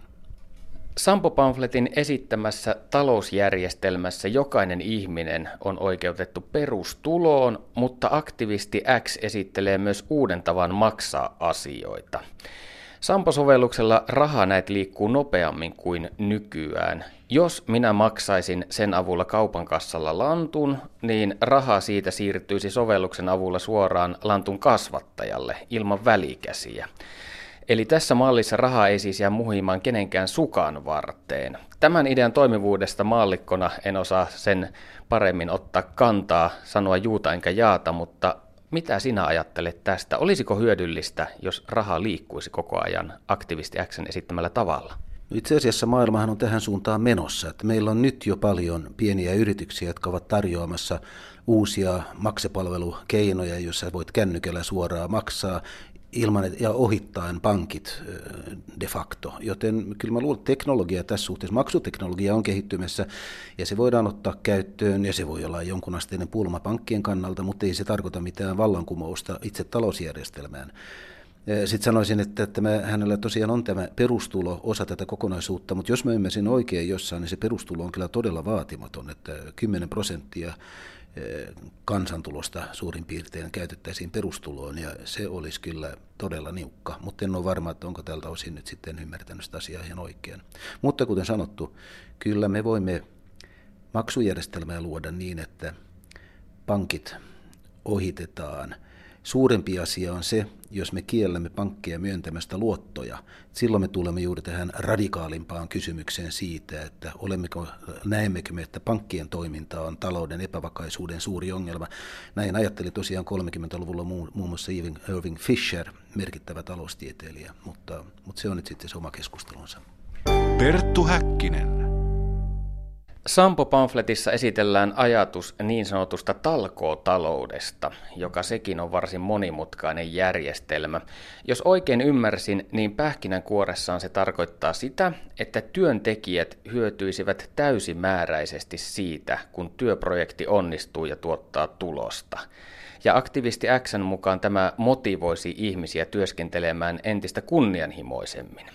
Sampo Pamfletin esittämässä talousjärjestelmässä jokainen ihminen on oikeutettu perustuloon, mutta aktivisti X esittelee myös uuden tavan maksaa asioita. Sampo-sovelluksella raha näet liikkuu nopeammin kuin nykyään. Jos minä maksaisin sen avulla kaupan kassalla lantun, niin raha siitä siirtyisi sovelluksen avulla suoraan lantun kasvattajalle ilman välikäsiä. Eli tässä mallissa raha ei siis jää muhimaan kenenkään sukan varteen. Tämän idean toimivuudesta maallikkona en osaa sen paremmin ottaa kantaa, sanoa juuta enkä jaata, mutta mitä sinä ajattelet tästä? Olisiko hyödyllistä, jos raha liikkuisi koko ajan aktivisti X:n esittämällä tavalla? Itse asiassa maailmahan on tähän suuntaan menossa. Että meillä on nyt jo paljon pieniä yrityksiä, jotka ovat tarjoamassa uusia maksapalvelukeinoja, joissa voit kännykällä suoraan maksaa ilman ja ohittaen pankit de facto. Joten kyllä mä luulen, että teknologia tässä suhteessa, maksuteknologia on kehittymässä ja se voidaan ottaa käyttöön ja se voi olla jonkunasteinen pulma pankkien kannalta, mutta ei se tarkoita mitään vallankumousta itse talousjärjestelmään. Sitten sanoisin, että tämä, hänellä tosiaan on tämä perustulo osa tätä kokonaisuutta, mutta jos mä ymmärsin oikein jossain, niin se perustulo on kyllä todella vaatimaton, että kymmenen prosenttia kansantulosta suurin piirtein käytettäisiin perustuloon ja se olisi kyllä todella niukka, mutta en ole varma, että onko tältä osin nyt sitten ymmärtänyt sitä asiaa ihan oikein. Mutta kuten sanottu, kyllä me voimme maksujärjestelmää luoda niin, että pankit ohitetaan. Suurempi asia on se, jos me kiellämme pankkeja myöntämästä luottoja. Silloin me tulemme juuri tähän radikaalimpaan kysymykseen siitä, että olemmeko, näemmekö me, että pankkien toiminta on talouden epävakaisuuden suuri ongelma. Näin ajatteli tosiaan kolmekymmentäluvulla muun muassa Irving Fisher, merkittävä taloustieteilijä, mutta, mutta se on nyt sitten se oma keskustelunsa. Perttu Häkkinen. Sampo-pamfletissa esitellään ajatus niin sanotusta talkootaloudesta, joka sekin on varsin monimutkainen järjestelmä. Jos oikein ymmärsin, niin pähkinänkuoressaan se tarkoittaa sitä, että työntekijät hyötyisivät täysimääräisesti siitä, kun työprojekti onnistuu ja tuottaa tulosta. Ja aktivisti X:n mukaan tämä motivoisi ihmisiä työskentelemään entistä kunnianhimoisemmin.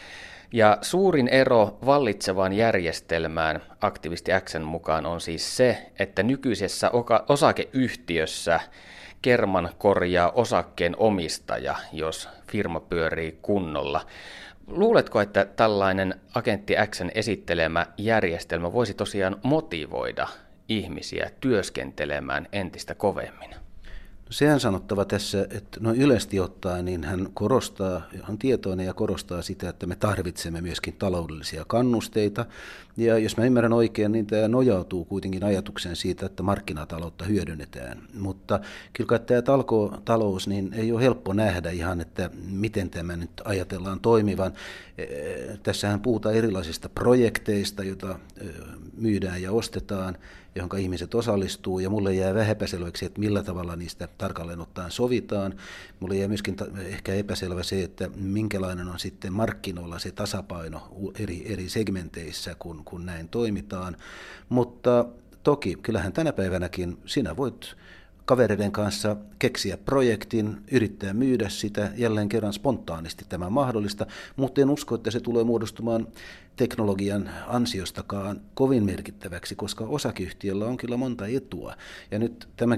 Ja suurin ero vallitsevaan järjestelmään aktivisti X:n mukaan on siis se, että nykyisessä osakeyhtiössä kerman korjaa osakkeen omistaja, jos firma pyörii kunnolla. Luuletko, että tällainen agentti X:n esittelemä järjestelmä voisi tosiaan motivoida ihmisiä työskentelemään entistä kovemmin? Sehän sanottava tässä, että no yleisesti ottaen, niin hän korostaa, on tietoinen ja korostaa sitä, että me tarvitsemme myöskin taloudellisia kannusteita. Ja jos mä ymmärrän oikein, niin tämä nojautuu kuitenkin ajatukseen siitä, että markkinataloutta hyödynnetään. Mutta kyllä tämä talkootalous niin ei ole helppo nähdä ihan, että miten tämä nyt ajatellaan toimivan. Tässähän puhutaan erilaisista projekteista, joita myydään ja ostetaan, johon ihmiset osallistuu, ja mulle jää vähän epäselväksi, että millä tavalla niistä tarkalleen ottaen sovitaan. Mulle jää myöskin ehkä epäselvä se, että minkälainen on sitten markkinoilla se tasapaino eri, eri segmenteissä, kun, kun näin toimitaan. Mutta toki, kyllähän tänä päivänäkin sinä voit kavereiden kanssa keksiä projektin, yrittää myydä sitä jälleen kerran spontaanisti, tämä mahdollista, mutta en usko, että se tulee muodostumaan teknologian ansiostakaan kovin merkittäväksi, koska osakeyhtiöllä on kyllä monta etua. Ja nyt tämän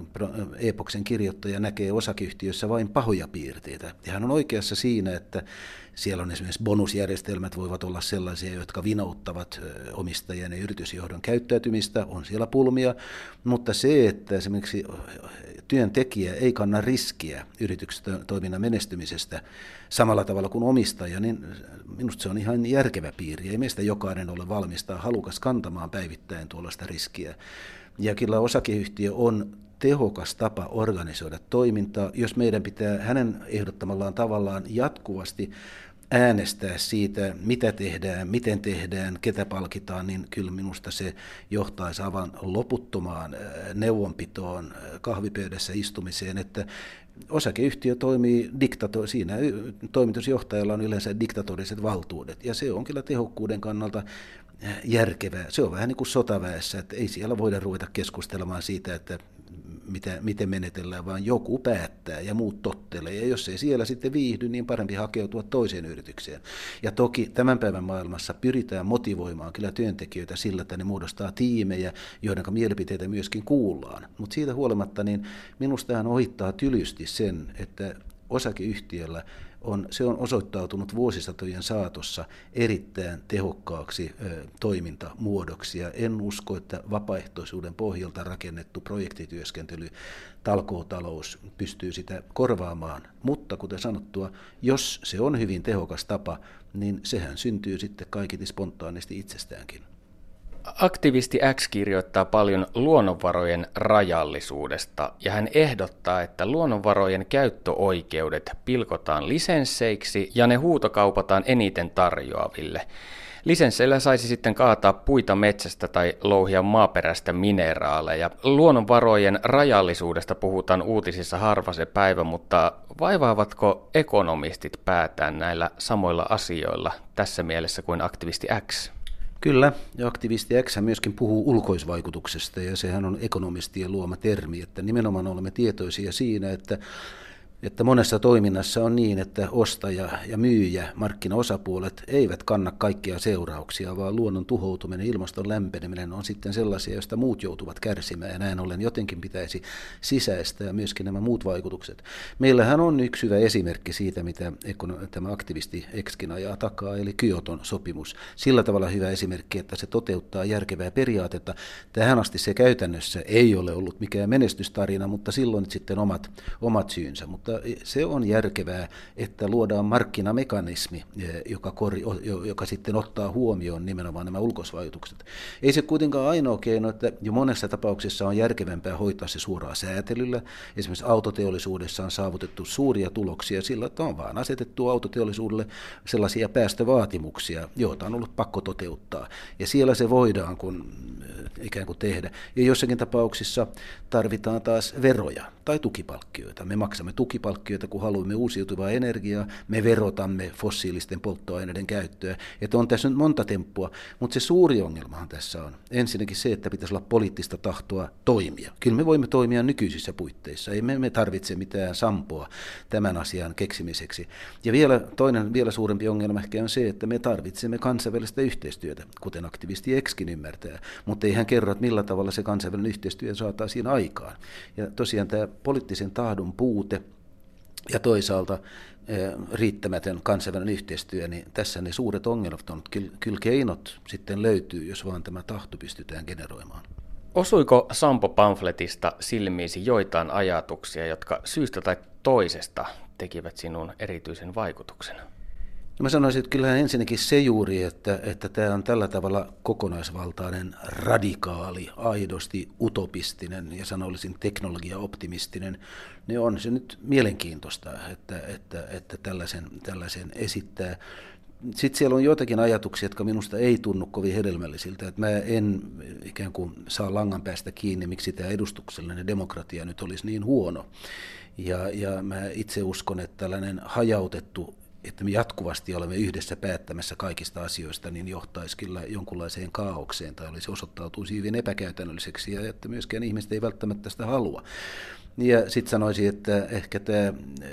epoksen kirjoittaja näkee osakeyhtiössä vain pahoja piirteitä. Ja hän on oikeassa siinä, että siellä on esimerkiksi bonusjärjestelmät voivat olla sellaisia, jotka vinouttavat omistajien ja yritysjohdon käyttäytymistä, on siellä pulmia, mutta se, että esimerkiksi työntekijä ei kanna riskiä yrityksen toiminnan menestymisestä samalla tavalla kuin omistaja, niin minusta se on ihan järkevä piiri. Ei meistä jokainen ole valmis tai halukas kantamaan päivittäin tuollaista riskiä. Ja kyllä osakeyhtiö on tehokas tapa organisoida toimintaa, jos meidän pitää hänen ehdottamallaan tavallaan jatkuvasti äänestää siitä, mitä tehdään, miten tehdään, ketä palkitaan, niin kyllä minusta se johtaisi aivan loputtomaan neuvonpitoon, kahvipöydässä istumiseen, että osakeyhtiö toimii diktato- siinä toimitusjohtajalla on yleensä diktatoriset valtuudet, ja se on kyllä tehokkuuden kannalta järkevää. Se on vähän niin kuin sotaväessä, että ei siellä voida ruveta keskustelemaan siitä, että mitä, miten menetellään, vaan joku päättää ja muut tottelee. Ja jos ei siellä sitten viihdy, niin parempi hakeutua toiseen yritykseen. Ja toki tämän päivän maailmassa pyritään motivoimaan kyllä työntekijöitä sillä, että ne muodostaa tiimejä, joiden mielipiteitä myöskin kuullaan. Mutta siitä huolimatta, niin minusta hän ohittaa tylysti sen, että osakeyhtiöllä on, se on osoittautunut vuosisatojen saatossa erittäin tehokkaaksi ö, toimintamuodoksi. Ja en usko, että vapaaehtoisuuden pohjalta rakennettu projektityöskentely, talkootalous pystyy sitä korvaamaan. Mutta kuten sanottua, jos se on hyvin tehokas tapa, niin sehän syntyy sitten kaiketi spontaanisti itsestäänkin. Aktivisti X kirjoittaa paljon luonnonvarojen rajallisuudesta ja hän ehdottaa, että luonnonvarojen käyttöoikeudet pilkotaan lisensseiksi ja ne huutokaupataan eniten tarjoaville. Lisensseillä saisi sitten kaataa puita metsästä tai louhia maaperästä mineraaleja. Luonnonvarojen rajallisuudesta puhutaan uutisissa harva se päivä, mutta vaivaavatko ekonomistit päätään näillä samoilla asioilla tässä mielessä kuin aktivisti X? Kyllä, ja aktivisti X myöskin puhuu ulkoisvaikutuksesta, ja sehän on ekonomistien luoma termi, että nimenomaan olemme tietoisia siinä, että että monessa toiminnassa on niin, että ostaja ja myyjä, markkinaosapuolet eivät kanna kaikkia seurauksia, vaan luonnon tuhoutuminen, ilmaston lämpeneminen on sitten sellaisia, joista muut joutuvat kärsimään, ja näin ollen jotenkin pitäisi sisäistää myöskin nämä muut vaikutukset. Meillähän on yksi hyvä esimerkki siitä, mitä tämä aktivisti Xkin ajaa takaa, eli Kyoton sopimus. Sillä tavalla hyvä esimerkki, että se toteuttaa järkevää periaatetta. Tähän asti se käytännössä ei ole ollut mikään menestystarina, mutta silloin sitten omat, omat syynsä. Mutta mutta se on järkevää, että luodaan markkinamekanismi, joka, kor, joka sitten ottaa huomioon nimenomaan nämä ulkoisvaikutukset. Ei se kuitenkaan ainoa keino, että jo monessa tapauksessa on järkevämpää hoitaa se suoraan säätelyllä. Esimerkiksi autoteollisuudessa on saavutettu suuria tuloksia sillä, että on vaan asetettu autoteollisuudelle sellaisia päästövaatimuksia, joita on ollut pakko toteuttaa. Ja siellä se voidaan kun, ikään kuin tehdä. Ja jossakin tapauksissa tarvitaan taas veroja tai tukipalkkioita. Me maksamme tukipalkkioita, kun haluamme uusiutuvaa energiaa, me verotamme fossiilisten polttoaineiden käyttöä. Että on tässä nyt monta temppua, mutta se suuri ongelmahan tässä on ensinnäkin se, että pitäisi olla poliittista tahtoa toimia. Kyllä me voimme toimia nykyisissä puitteissa, ei me, me tarvitse mitään sampoa tämän asian keksimiseksi. Ja vielä toinen, vielä suurempi ongelma ehkä on se, että me tarvitsemme kansainvälistä yhteistyötä, kuten aktivisti Xkin ymmärtää, mutta ei hän kerro, että millä tavalla se kansainvälinen yhteistyö saataisiin aikaan. Ja tosiaan tämä poliittisen tahdon puute ja toisaalta riittämätön kansainvälinen yhteistyö, niin tässä ne suuret ongelmat on. Kyllä, kyllä keinot sitten löytyy, jos vaan tämä tahto pystytään generoimaan. Osuiko Sampo-pamfletista silmiisi joitain ajatuksia, jotka syystä tai toisesta tekivät sinun erityisen vaikutuksen? No mä sanoisin, että kyllähän ensinnäkin se juuri, että, että tämä on tällä tavalla kokonaisvaltainen, radikaali, aidosti utopistinen ja sanoisin teknologiaoptimistinen, niin on se nyt mielenkiintoista, että, että, että tällaisen, tällaisen esittää. Sitten siellä on joitakin ajatuksia, jotka minusta ei tunnu kovin hedelmällisiltä, että mä en ikään kuin saa langan päästä kiinni, miksi tämä edustuksellinen demokratia nyt olisi niin huono. Ja, ja mä itse uskon, että tällainen hajautettu, että me jatkuvasti olemme yhdessä päättämässä kaikista asioista, niin johtaisi kyllä jonkunlaiseen kaaukseen tai olisi osoittautuisi hyvin epäkäytännölliseksi ja että myöskään ihmiset ei välttämättä sitä halua. Ja sitten sanoisin, että ehkä tämä,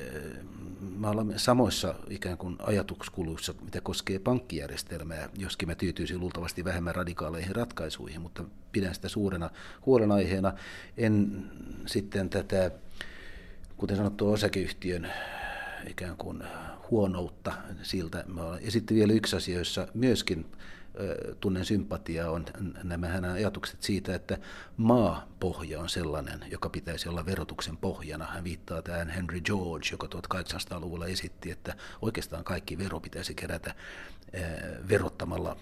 mä olen samoissa ikään kuin ajatuskuluissa, mitä koskee pankkijärjestelmää, joskin mä tyytyisin luultavasti vähemmän radikaaleihin ratkaisuihin, mutta pidän sitä suurena huolenaiheena. En sitten tätä, kuten sanottu, osakeyhtiön ikään kuin huonoutta siltä. Ja sitten vielä yksi asia, jossa myöskin tunnen sympatiaa, on nämä hänen ajatukset siitä, että maapohja on sellainen, joka pitäisi olla verotuksen pohjana. Hän viittaa tähän Henry George, joka tuhatkahdeksansataaluvulla esitti, että oikeastaan kaikki vero pitäisi kerätä verottamalla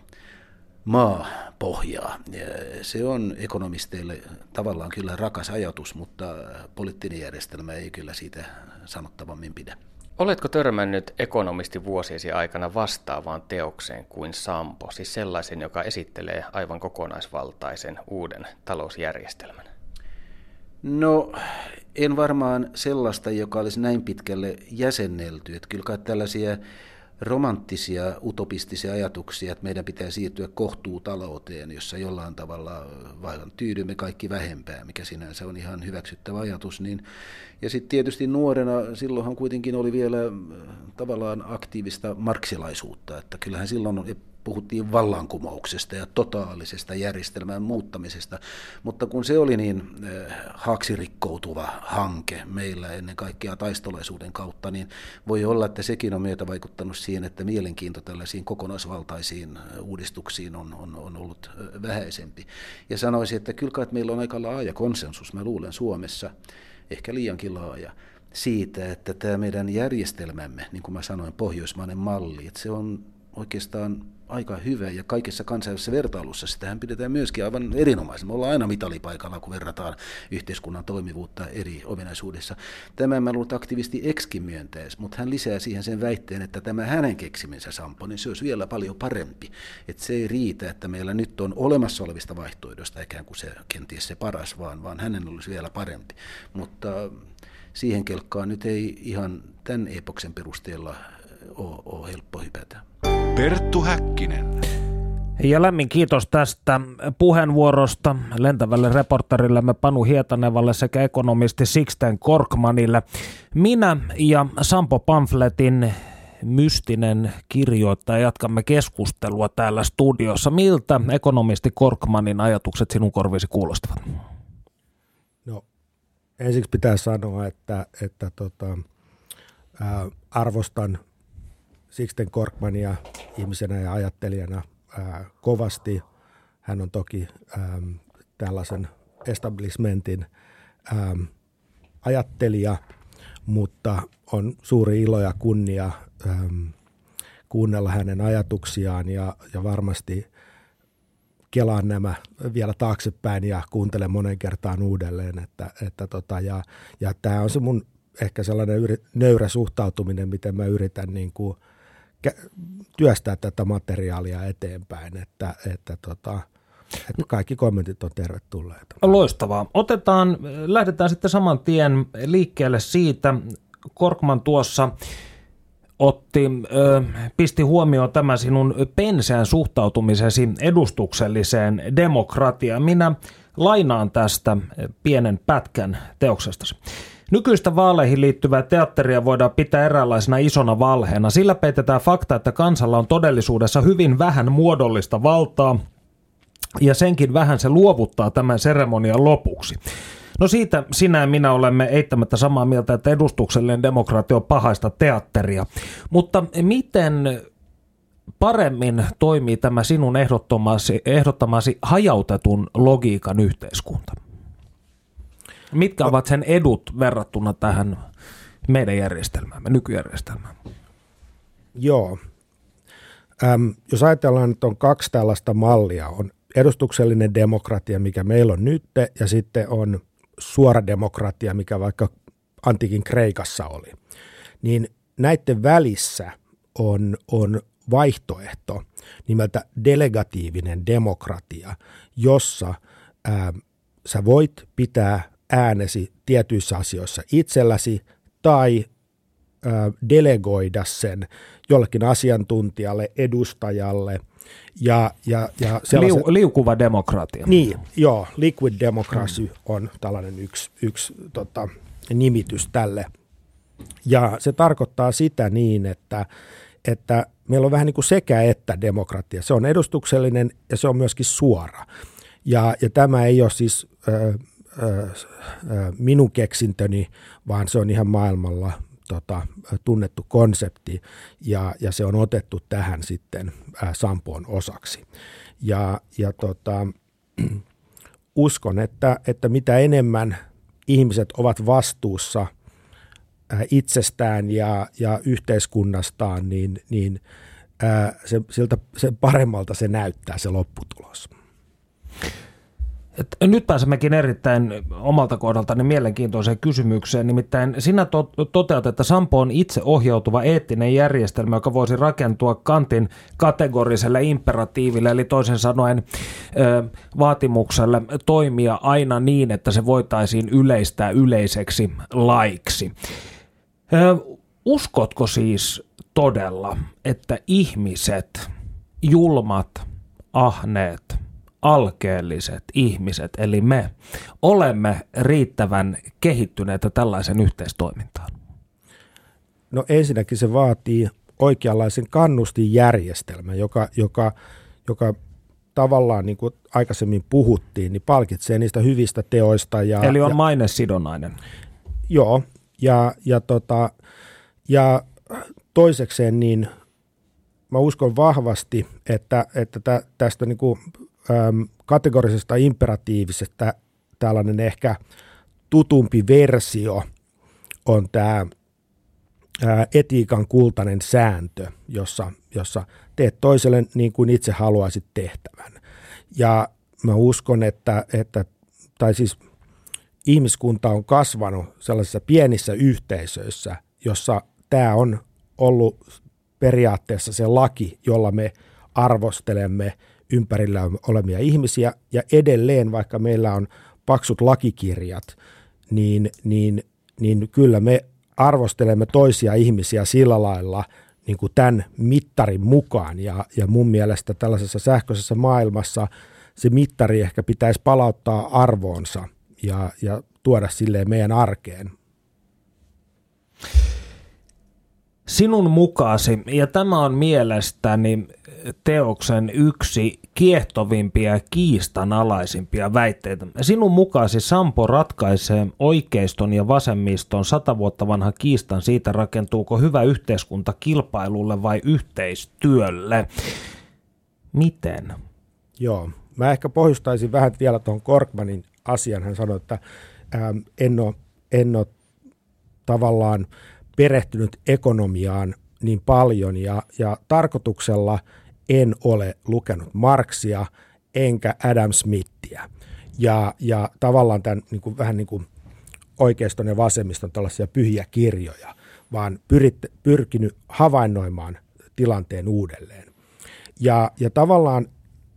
maapohjaa. Se on ekonomisteille tavallaan kyllä rakas ajatus, mutta poliittinen järjestelmä ei kyllä siitä sanottavammin pidä. Oletko törmännyt ekonomisti vuosiesi aikana vastaavaan teokseen kuin Sampo, siis sellaisen, joka esittelee aivan kokonaisvaltaisen uuden talousjärjestelmän? No, en varmaan sellaista, joka olisi näin pitkälle jäsennelty. Että kyllä kai tällaisia romanttisia, utopistisia ajatuksia, että meidän pitää siirtyä kohtuutalouteen, jossa jollain tavalla vaan tyydymme kaikki vähempää, mikä sinänsä on ihan hyväksyttävä ajatus. Niin, ja sitten tietysti nuorena, silloinhan kuitenkin oli vielä tavallaan aktiivista marksilaisuutta, että kyllähän silloin puhuttiin vallankumouksesta ja totaalisesta järjestelmän muuttamisesta, mutta kun se oli niin haaksirikkoutuva hanke meillä ennen kaikkea taistolaisuuden kautta, niin voi olla, että sekin on myötä vaikuttanut siihen, että mielenkiinto tällaisiin kokonaisvaltaisiin uudistuksiin on, on, on ollut vähäisempi. Ja sanoisin, että kyllä että meillä on aika laaja konsensus, mä luulen Suomessa, ehkä liiankin laaja, siitä, että tämä meidän järjestelmämme, niin kuin mä sanoin, pohjoismainen malli, että se on oikeastaan aika hyvä ja kaikessa kansainvälisessä vertailussa sitähän pidetään myöskin aivan erinomaisen. Me ollaan aina mitalipaikalla, kun verrataan yhteiskunnan toimivuutta eri ominaisuudessa. Tämä mä luulen, aktivisti Xkin myöntäisi, mutta hän lisää siihen sen väitteen, että tämä hänen keksiminsä Sampo, niin se olisi vielä paljon parempi. Että se ei riitä, että meillä nyt on olemassa olevista vaihtoehdoista ikään kuin se kenties se paras, vaan, vaan hänen olisi vielä parempi. Mutta siihen kelkkaan nyt ei ihan tämän epoksen perusteella ole, ole helppo hypätä. Perttu Häkkinen. Ja lämmin kiitos tästä puheenvuorosta lentävälle reporterillemme Panu Hietanevalle sekä ekonomisti Sixten Korkmanille. Minä ja Sampo Pamfletin mystinen kirjoittaja jatkamme keskustelua täällä studiossa. Miltä ekonomisti Korkmanin ajatukset sinun korviisi kuulostavat? No ensiksi pitää sanoa, että, että tota, ää, arvostan Sixten Korkmania ihmisenä ja ajattelijana ää, kovasti. Hän on toki ää, tällaisen establishmentin ää, ajattelija, mutta on suuri ilo ja kunnia äm, kuunnella hänen ajatuksiaan ja, ja varmasti kelaan nämä vielä taaksepäin ja kuuntelen monen kertaan uudelleen, että, että tota, ja, ja tämä on se mun ehkä sellainen yri, nöyrä suhtautuminen, miten mä yritän niin kuin työstää tätä materiaalia eteenpäin, että, että, tota, että kaikki kommentit on tervetulleita. Loistavaa. Otetaan, lähdetään sitten saman tien liikkeelle siitä. Korkman tuossa otti, ö, pisti huomioon tämä sinun penseän suhtautumisesi edustukselliseen demokratiaan. Minä lainaan tästä pienen pätkän teoksestasi. Nykyistä vaaleihin liittyvää teatteria voidaan pitää eräänlaisena isona valheena. Sillä peitetään fakta, että kansalla on todellisuudessa hyvin vähän muodollista valtaa, ja senkin vähän se luovuttaa tämän seremonian lopuksi. No siitä sinä ja minä olemme eittämättä samaa mieltä, että edustuksellinen demokratia on pahaista teatteria. Mutta miten paremmin toimii tämä sinun ehdottomasi, ehdottomasi hajautetun logiikan yhteiskunta? Mitkä ovat sen edut verrattuna tähän meidän järjestelmäämme, nykyjärjestelmään? Joo. Äm, jos ajatellaan, että on kaksi tällaista mallia, on edustuksellinen demokratia, mikä meillä on nyt, ja sitten on suora demokratia, mikä vaikka antiikin Kreikassa oli. Niin näiden välissä on, on vaihtoehto nimeltä delegatiivinen demokratia, jossa ää, sä voit pitää äänesi tietyissä asioissa itselläsi tai ää, delegoida sen jollekin asiantuntijalle, edustajalle. Ja, ja, ja Liu, liukuva demokratia. Niin, joo, liquid democracy on tällainen yksi, yksi tota, nimitys tälle. Ja se tarkoittaa sitä niin, että, että meillä on vähän niin kuin sekä että demokratia. Se on edustuksellinen ja se on myöskin suora. Ja, ja tämä ei ole siis ö, ö, ö, minun keksintöni, vaan se on ihan maailmalla Tota, tunnettu konsepti ja, ja se on otettu tähän sitten ää, Sampoon osaksi. Ja, ja tota, uskon, että, että mitä enemmän ihmiset ovat vastuussa ää, itsestään ja, ja yhteiskunnastaan, niin, niin ää, se, siltä, sen paremmalta se näyttää se lopputulos. Et nyt pääsemmekin erittäin omalta kohdaltani mielenkiintoiseen kysymykseen, nimittäin sinä to- toteat, että Sampo on itse ohjautuva eettinen järjestelmä, joka voisi rakentua Kantin kategoriselle imperatiiville, eli toisin sanoen ö, vaatimukselle toimia aina niin, että se voitaisiin yleistää yleiseksi laiksi. Ö, uskotko siis todella, että ihmiset, julmat, ahneet, alkeelliset ihmiset, eli me, olemme riittävän kehittyneitä tällaisen yhteistoimintaan? No ensinnäkin se vaatii oikeanlaisen kannustinjärjestelmän, joka, joka, joka tavallaan, niin kuin aikaisemmin puhuttiin, niin palkitsee niistä hyvistä teoista. Ja, eli on ja, mainesidonnainen. Joo, ja, ja, tota, ja toisekseen niin mä uskon vahvasti, että, että tä, tästä niin kuin kategorisesta imperatiivisesta tällainen ehkä tutumpi versio on tämä etiikan kultainen sääntö, jossa, jossa teet toiselle niin kuin itse haluaisit tehtävän. Ja mä uskon, että, että tai siis ihmiskunta on kasvanut sellaisissa pienissä yhteisöissä, jossa tämä on ollut periaatteessa se laki, jolla me arvostelemme ympärillä olevia ihmisiä, ja edelleen, vaikka meillä on paksut lakikirjat, niin, niin, niin kyllä me arvostelemme toisia ihmisiä sillä lailla niin kuin tämän mittarin mukaan, ja, ja mun mielestä tällaisessa sähköisessä maailmassa se mittari ehkä pitäisi palauttaa arvoonsa ja, ja tuoda silleen meidän arkeen. Sinun mukaasi, ja tämä on mielestäni teoksen yksi kiehtovimpia ja kiistanalaisimpia väitteitä. Sinun mukaasi Sampo ratkaisee oikeiston ja vasemmiston sata vuotta vanha kiistan siitä, rakentuuko hyvä yhteiskunta kilpailulle vai yhteistyölle. Miten? Joo, mä ehkä pohjustaisin vähän vielä tuohon Korkmanin asian. Hän sanoi, että ähm, en ole, en ole tavallaan perehtynyt ekonomiaan niin paljon ja, ja tarkoituksella en ole lukenut Marxia enkä Adam Smithia. Ja, ja tavallaan tämän niin kuin, vähän niin kuin oikeiston ja vasemmiston tällaisia pyhiä kirjoja, vaan pyrit, pyrkinyt havainnoimaan tilanteen uudelleen. Ja, ja tavallaan,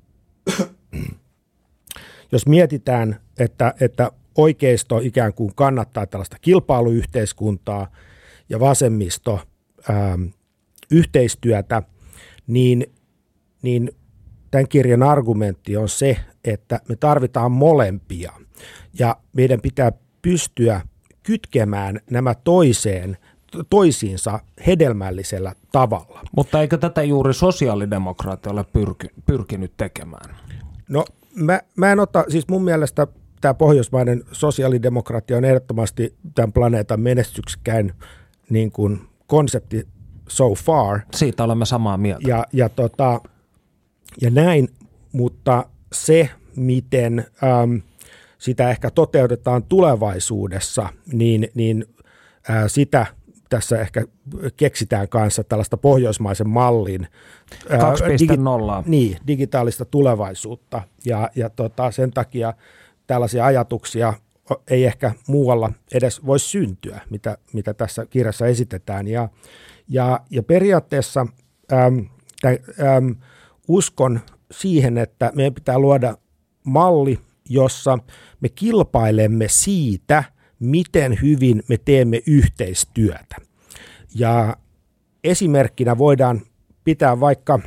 jos mietitään, että, että oikeisto ikään kuin kannattaa tällaista kilpailuyhteiskuntaa ja vasemmisto ää, yhteistyötä, niin, niin tämän kirjan argumentti on se, että me tarvitaan molempia ja meidän pitää pystyä kytkemään nämä toiseen, toisiinsa hedelmällisellä tavalla. Mutta eikö tätä juuri sosiaalidemokraatia ole pyrki, pyrkinyt tekemään? No mä, mä en ota, siis mun mielestä tämä pohjoismainen sosiaalidemokratia on ehdottomasti tämän planeetan menestyksekkäin niin kuin konsepti so far. Siitä olemme samaa mieltä. Ja, ja, tota, ja näin, mutta se, miten äm, sitä ehkä toteutetaan tulevaisuudessa, niin, niin ää, sitä tässä ehkä keksitään kanssa tällaista pohjoismaisen mallin kaksi piste nolla. Digi, niin, digitaalista tulevaisuutta ja, ja tota, sen takia tällaisia ajatuksia ei ehkä muualla edes voi syntyä, mitä, mitä tässä kirjassa esitetään. Ja, ja, ja periaatteessa äm, äm, uskon siihen, että meidän pitää luoda malli, jossa me kilpailemme siitä, miten hyvin me teemme yhteistyötä. Ja esimerkkinä voidaan pitää vaikka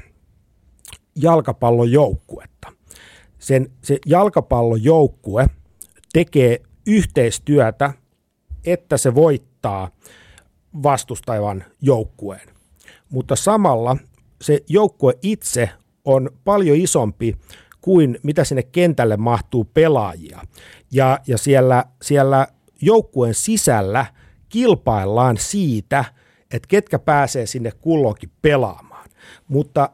jalkapallojoukkuetta. Sen, se jalkapallojoukkue tekee yhteistyötä, että se voittaa vastustavan joukkueen. Mutta samalla se joukkue itse on paljon isompi kuin mitä sinne kentälle mahtuu pelaajia. Ja, ja siellä, siellä joukkueen sisällä kilpaillaan siitä, että ketkä pääsee sinne kulloinkin pelaamaan. Mutta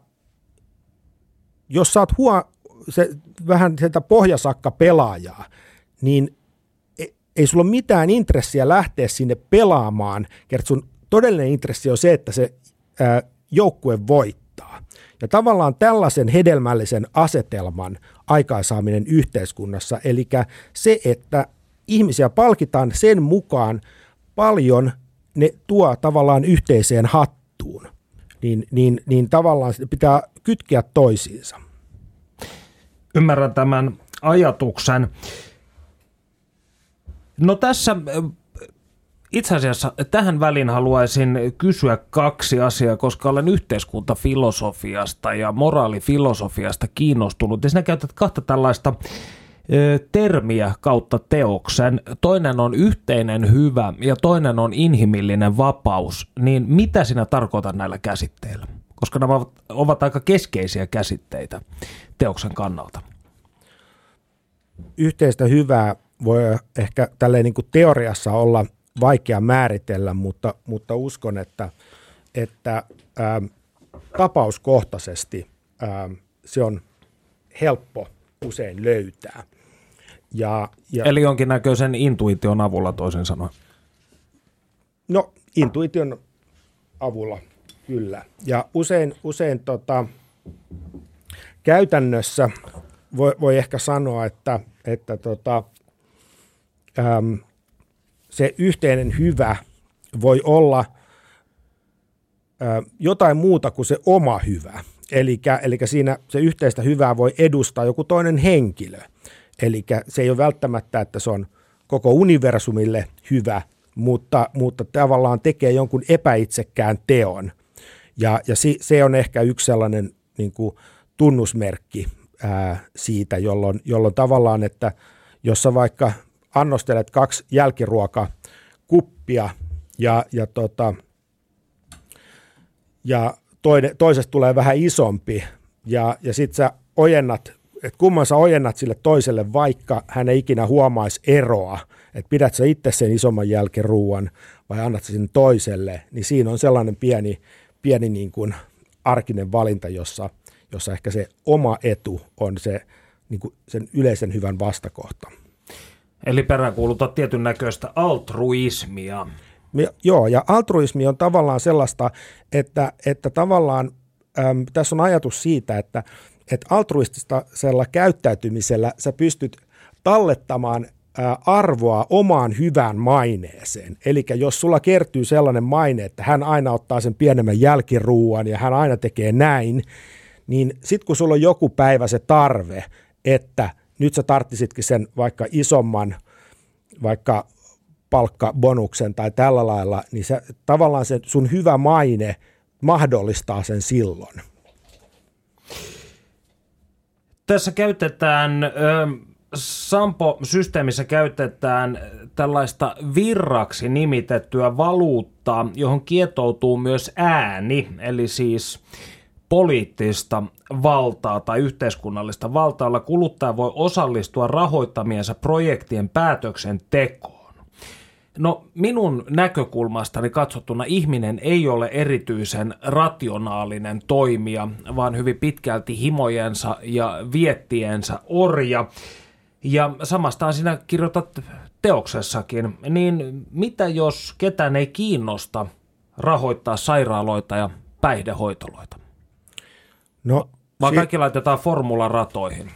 jos sä oot huo, se, vähän sieltä pohjasakka pelaajaa, niin ei sulla ole mitään intressiä lähteä sinne pelaamaan, kerta sun todellinen intressi on se, että se ää, joukkue voittaa. Ja tavallaan tällaisen hedelmällisen asetelman aikaansaaminen yhteiskunnassa, eli se, että ihmisiä palkitaan sen mukaan paljon ne tuo tavallaan yhteiseen hattuun, niin, niin, niin tavallaan pitää kytkeä toisiinsa. Ymmärrän tämän ajatuksen. No tässä itse asiassa tähän väliin haluaisin kysyä kaksi asiaa, koska olen yhteiskuntafilosofiasta ja moraalifilosofiasta kiinnostunut. Ja sinä käytät kahta tällaista termiä kautta teoksen. Toinen on yhteinen hyvä ja toinen on inhimillinen vapaus. Niin mitä sinä tarkoitat näillä käsitteillä? Koska nämä ovat aika keskeisiä käsitteitä teoksen kannalta. Yhteistä hyvää voi ehkä tälleen niin kuin teoriassa olla vaikea määritellä, mutta, mutta uskon, että, että ää, tapauskohtaisesti ää, se on helppo usein löytää. Ja, ja, Eli jonkinnäköisen intuition avulla toisin sanoen? No intuition avulla kyllä. Ja usein, usein tota, käytännössä voi, voi ehkä sanoa, että, että tota, äm, se yhteinen hyvä voi olla ä, jotain muuta kuin se oma hyvä. Eli siinä se yhteistä hyvää voi edustaa joku toinen henkilö. Eli se ei ole välttämättä, että se on koko universumille hyvä, mutta, mutta tavallaan tekee jonkun epäitsekkään teon. Ja, ja si, se on ehkä yksi sellainen niin kuin tunnusmerkki ää, siitä, jolloin, jolloin tavallaan, että jos sä vaikka annostelet kaksi jälkiruokakuppia ja, ja, tota, ja toinen, toisesta tulee vähän isompi ja, ja sit sä ojennat, että kumman sä ojennat sille toiselle, vaikka hän ei ikinä huomaisi eroa, että pidät sä itse sen isomman jälkiruuan vai annat sä sen toiselle, niin siinä on sellainen pieni, pieni niin kuin arkinen valinta, jossa, jossa ehkä se oma etu on se niin kuin sen yleisen hyvän vastakohta. Eli peräänkuulutat tietyn näköistä altruismia. Joo, ja altruismi on tavallaan sellaista, että, että tavallaan äm, tässä on ajatus siitä, että, että altruistisella käyttäytymisellä sä pystyt tallettamaan ä, arvoa omaan hyvään maineeseen. Eli jos sulla kertyy sellainen maine, että hän aina ottaa sen pienemmän jälkiruuan ja hän aina tekee näin, niin sitten kun sulla on joku päivä se tarve, että nyt sä tarttisitkin sen vaikka isomman, vaikka palkkabonuksen tai tällä lailla, niin se, tavallaan se sun hyvä maine mahdollistaa sen silloin. Tässä käytetään, ö, Sampo-systeemissä käytetään tällaista virraksi nimitettyä valuuttaa, johon kietoutuu myös ääni, eli siis poliittista valtaa tai yhteiskunnallista valtaa, jolla kuluttaja voi osallistua rahoittamiensa projektien päätöksentekoon. No minun näkökulmastani katsottuna ihminen ei ole erityisen rationaalinen toimija, vaan hyvin pitkälti himojensa ja viettiensä orja. Ja samastaan sinä kirjoitat teoksessakin, niin mitä jos ketään ei kiinnosta rahoittaa sairaaloita ja päihdehoitoloita? No, Vaan si- kaikki laitetaan formularatoihin.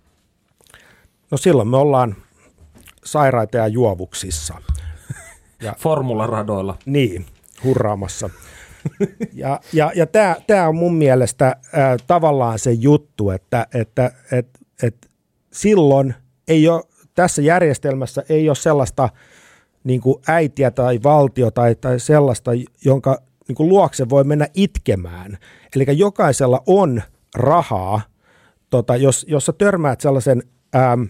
No silloin me ollaan sairaita ja juovuksissa. Ja formularadoilla. Niin, hurraamassa. Ja, ja, ja tämä on mun mielestä äh, tavallaan se juttu, että, että et, et silloin ei ole, tässä järjestelmässä ei ole sellaista niin kuin äitiä tai valtio tai, tai sellaista, jonka niin kuin luokse voi mennä itkemään. Eli jokaisella on rahaa, tota, jos, jos sä törmäät sellaisen ähm,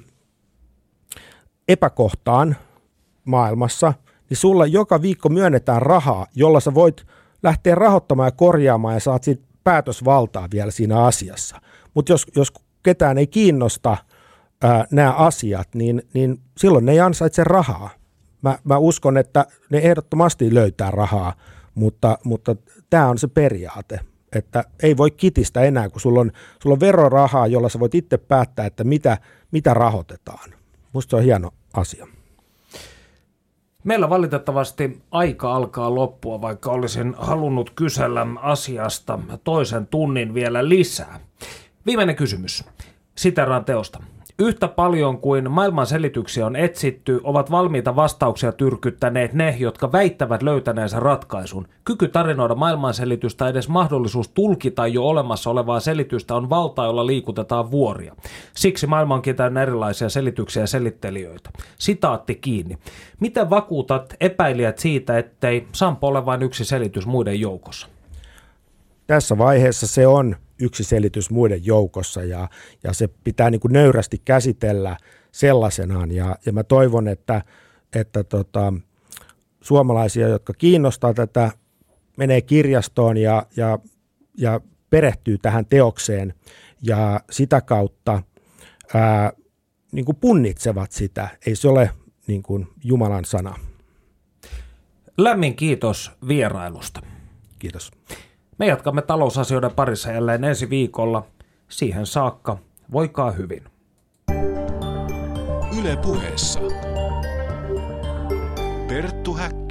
epäkohtaan maailmassa, niin sulla joka viikko myönnetään rahaa, jolla sä voit lähteä rahoittamaan ja korjaamaan ja saat siitä päätösvaltaa vielä siinä asiassa. Mutta jos, jos ketään ei kiinnosta ää, nämä asiat, niin, niin silloin ne ei ansaitse rahaa. Mä, mä uskon, että ne ehdottomasti löytää rahaa, mutta, mutta tämä on se periaate, että ei voi kitistä enää, kun sulla on, sulla on verorahaa, jolla sä voit itse päättää, että mitä, mitä rahoitetaan. Musta se on hieno asia. Meillä valitettavasti aika alkaa loppua, vaikka olisin halunnut kysellä asiasta toisen tunnin vielä lisää. Viimeinen kysymys. Siteraan teosta. Yhtä paljon kuin maailman selityksiä on etsitty, ovat valmiita vastauksia tyrkyttäneet ne, jotka väittävät löytäneensä ratkaisun. Kyky tarinoida maailmanselitystä, edes mahdollisuus tulkita jo olemassa olevaa selitystä on valta, jolla liikutetaan vuoria. Siksi maailma onkin täynnä erilaisia selityksiä ja selittelijöitä. Sitaatti kiinni. Miten vakuutat epäilijät siitä, ettei Sampo ole vain yksi selitys muiden joukossa? Tässä vaiheessa se on yksi selitys muiden joukossa ja, ja se pitää niin kuin nöyrästi käsitellä sellaisenaan ja, ja mä toivon, että, että tota, suomalaisia, jotka kiinnostaa tätä, menee kirjastoon ja, ja, ja perehtyy tähän teokseen ja sitä kautta ää, niin kuin punnitsevat sitä. Ei se ole niin kuin Jumalan sana. Lämmin kiitos vierailusta. Kiitos. Me jatkamme talousasioiden parissa jälleen ensi viikolla. Siihen saakka, voikaa hyvin. Yle Puheessa. Perttu Häkkinen.